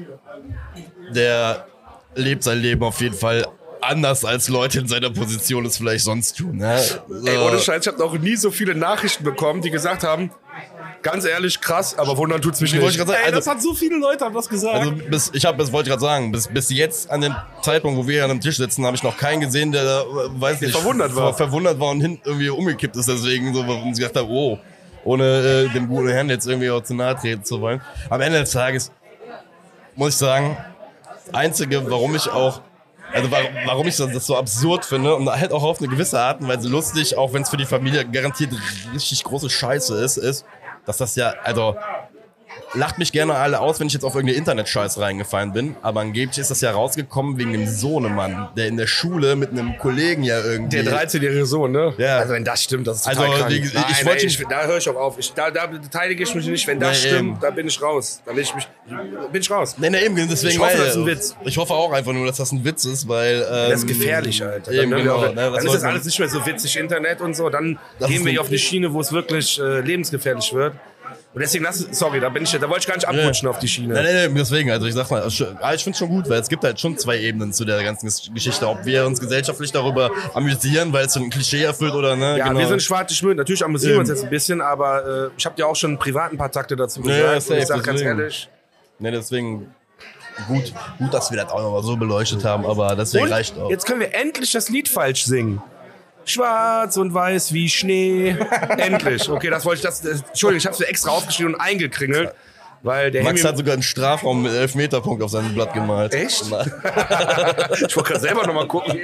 der lebt sein Leben auf jeden Fall anders, als Leute in seiner Position es vielleicht sonst tun. Ne? So. Ey, ohne Scheiß, ich habe noch nie so viele Nachrichten bekommen, die gesagt haben, ganz ehrlich, krass, aber wundern tut's mich Ich wollte nicht. gerade sagen, Ey, also- das hat so viele Leute haben das gesagt. Also bis, ich habe, das wollte ich gerade sagen, bis, bis jetzt an dem Zeitpunkt, wo wir hier an einem Tisch sitzen, habe ich noch keinen gesehen, der, da, äh, weiß nicht, verwundert war. ver- verwundert war und hinten irgendwie umgekippt ist, deswegen so, und sie gedacht hat, oh, ohne äh, dem guten Herrn jetzt irgendwie auch zu nahe treten zu wollen. Am Ende des Tages muss ich sagen, das Einzige, warum ich auch, also warum, warum ich das, das so absurd finde und halt auch auf eine gewisse Art und Weise lustig, auch wenn es für die Familie garantiert richtig große Scheiße ist, ist, dass das ja, also lacht mich gerne alle aus, wenn ich jetzt auf irgendeine Internet-Scheiße reingefallen bin, aber angeblich ist das ja rausgekommen wegen dem Sohnemann, der in der Schule mit einem Kollegen ja irgendwie... Der dreizehnjährige Sohn, ne? Ja. Also wenn das stimmt, das ist total Also, krank. wie- ich Nein, wollte- ey, ich, da höre ich auch auf. Ich, da, da beteilige ich mich nicht. Wenn das Nee, stimmt, eben. da bin ich raus. Da bin ich mich, bin ich raus. Nee, nee, eben, deswegen Ich hoffe, meine- das ist ein Witz. Ich hoffe auch einfach nur, dass das ein Witz ist, weil... Ähm, Das ist gefährlich, Alter. Eben, Dann, genau, wir auch, ne, dann das ist das sollte man- alles nicht mehr so witzig, Internet und so. Dann Das gehen ist wir ein- hier auf eine Schiene, wo es wirklich äh, lebensgefährlich wird. Und deswegen, lass, sorry, da bin ich, da wollte ich gar nicht abrutschen auf die Schiene. Nein, nein, nein, deswegen, also ich sag mal, also, ah, ich find's schon gut, weil es gibt halt schon zwei Ebenen zu der ganzen Geschichte, ob wir uns gesellschaftlich darüber amüsieren, weil es so ein Klischee erfüllt oder ne. Ja, genau. wir sind schwarze Schmücken. Natürlich amüsieren wir uns Eben. jetzt ein bisschen, aber äh, ich habe dir auch schon privat ein paar Takte dazu Ja, gesagt. safe, und ich sag ganz deswegen. ehrlich, Ne, deswegen gut, gut, dass wir das auch nochmal so beleuchtet haben, aber deswegen und reicht auch. jetzt können wir endlich das Lied falsch singen. Schwarz und weiß wie Schnee. Endlich. Okay, das wollte ich, das, das Entschuldigung, ich habe es mir extra aufgeschrieben und eingekringelt. Weil der Max Hemi hat sogar einen Strafraum mit Elfmeterpunkt auf seinem Blatt gemalt. Echt? ich wollte gerade selber nochmal gucken.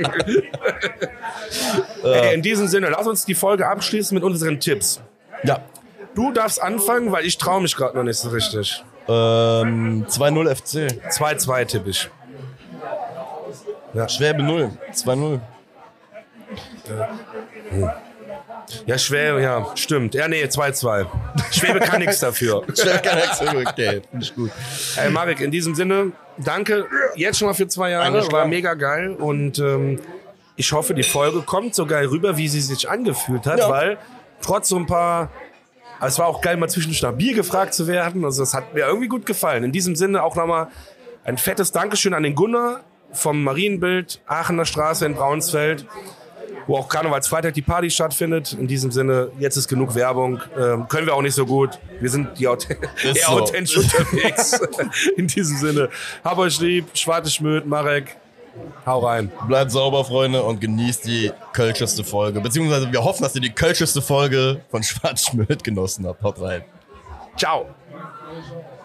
Ey, in diesem Sinne, lass uns die Folge abschließen mit unseren Tipps. Ja. Du darfst anfangen, weil ich traue mich gerade noch nicht so richtig. Ähm, zwei null F C. zwei zwei tippe ich. Ja. Schwäbe null. zwei null. Hm. Ja, Schwäbe, ja, stimmt. Ja, nee, zwei zwei. Schwäbe kann nichts dafür. Schwäbe kann nichts dafür, okay, finde ich gut. Ey, Marek, in diesem Sinne, danke jetzt schon mal für zwei Jahre. War mega geil und ähm, ich hoffe, die Folge kommt so geil rüber, wie sie sich angefühlt hat, ja. Weil trotz so ein paar... Aber es war auch geil, mal zwischendurch nach Bier gefragt zu werden. Also das hat mir irgendwie gut gefallen. In diesem Sinne auch nochmal ein fettes Dankeschön an den Gunnar vom Marienbild Aachener Straße in Braunsfeld, wo auch Karnevalsfreitag die Party stattfindet. In diesem Sinne, jetzt ist genug Werbung. Ähm, können wir auch nicht so gut. Wir sind die Auth- eher so. authentisch unterwegs. In diesem Sinne, hab euch lieb, Schwarte Schmöd, Marek. Hau rein. Bleibt sauber, Freunde, und genießt die kölscheste Folge. Beziehungsweise wir hoffen, dass ihr die kölscheste Folge von Schwarz Schmöd genossen habt. Haut rein. Ciao.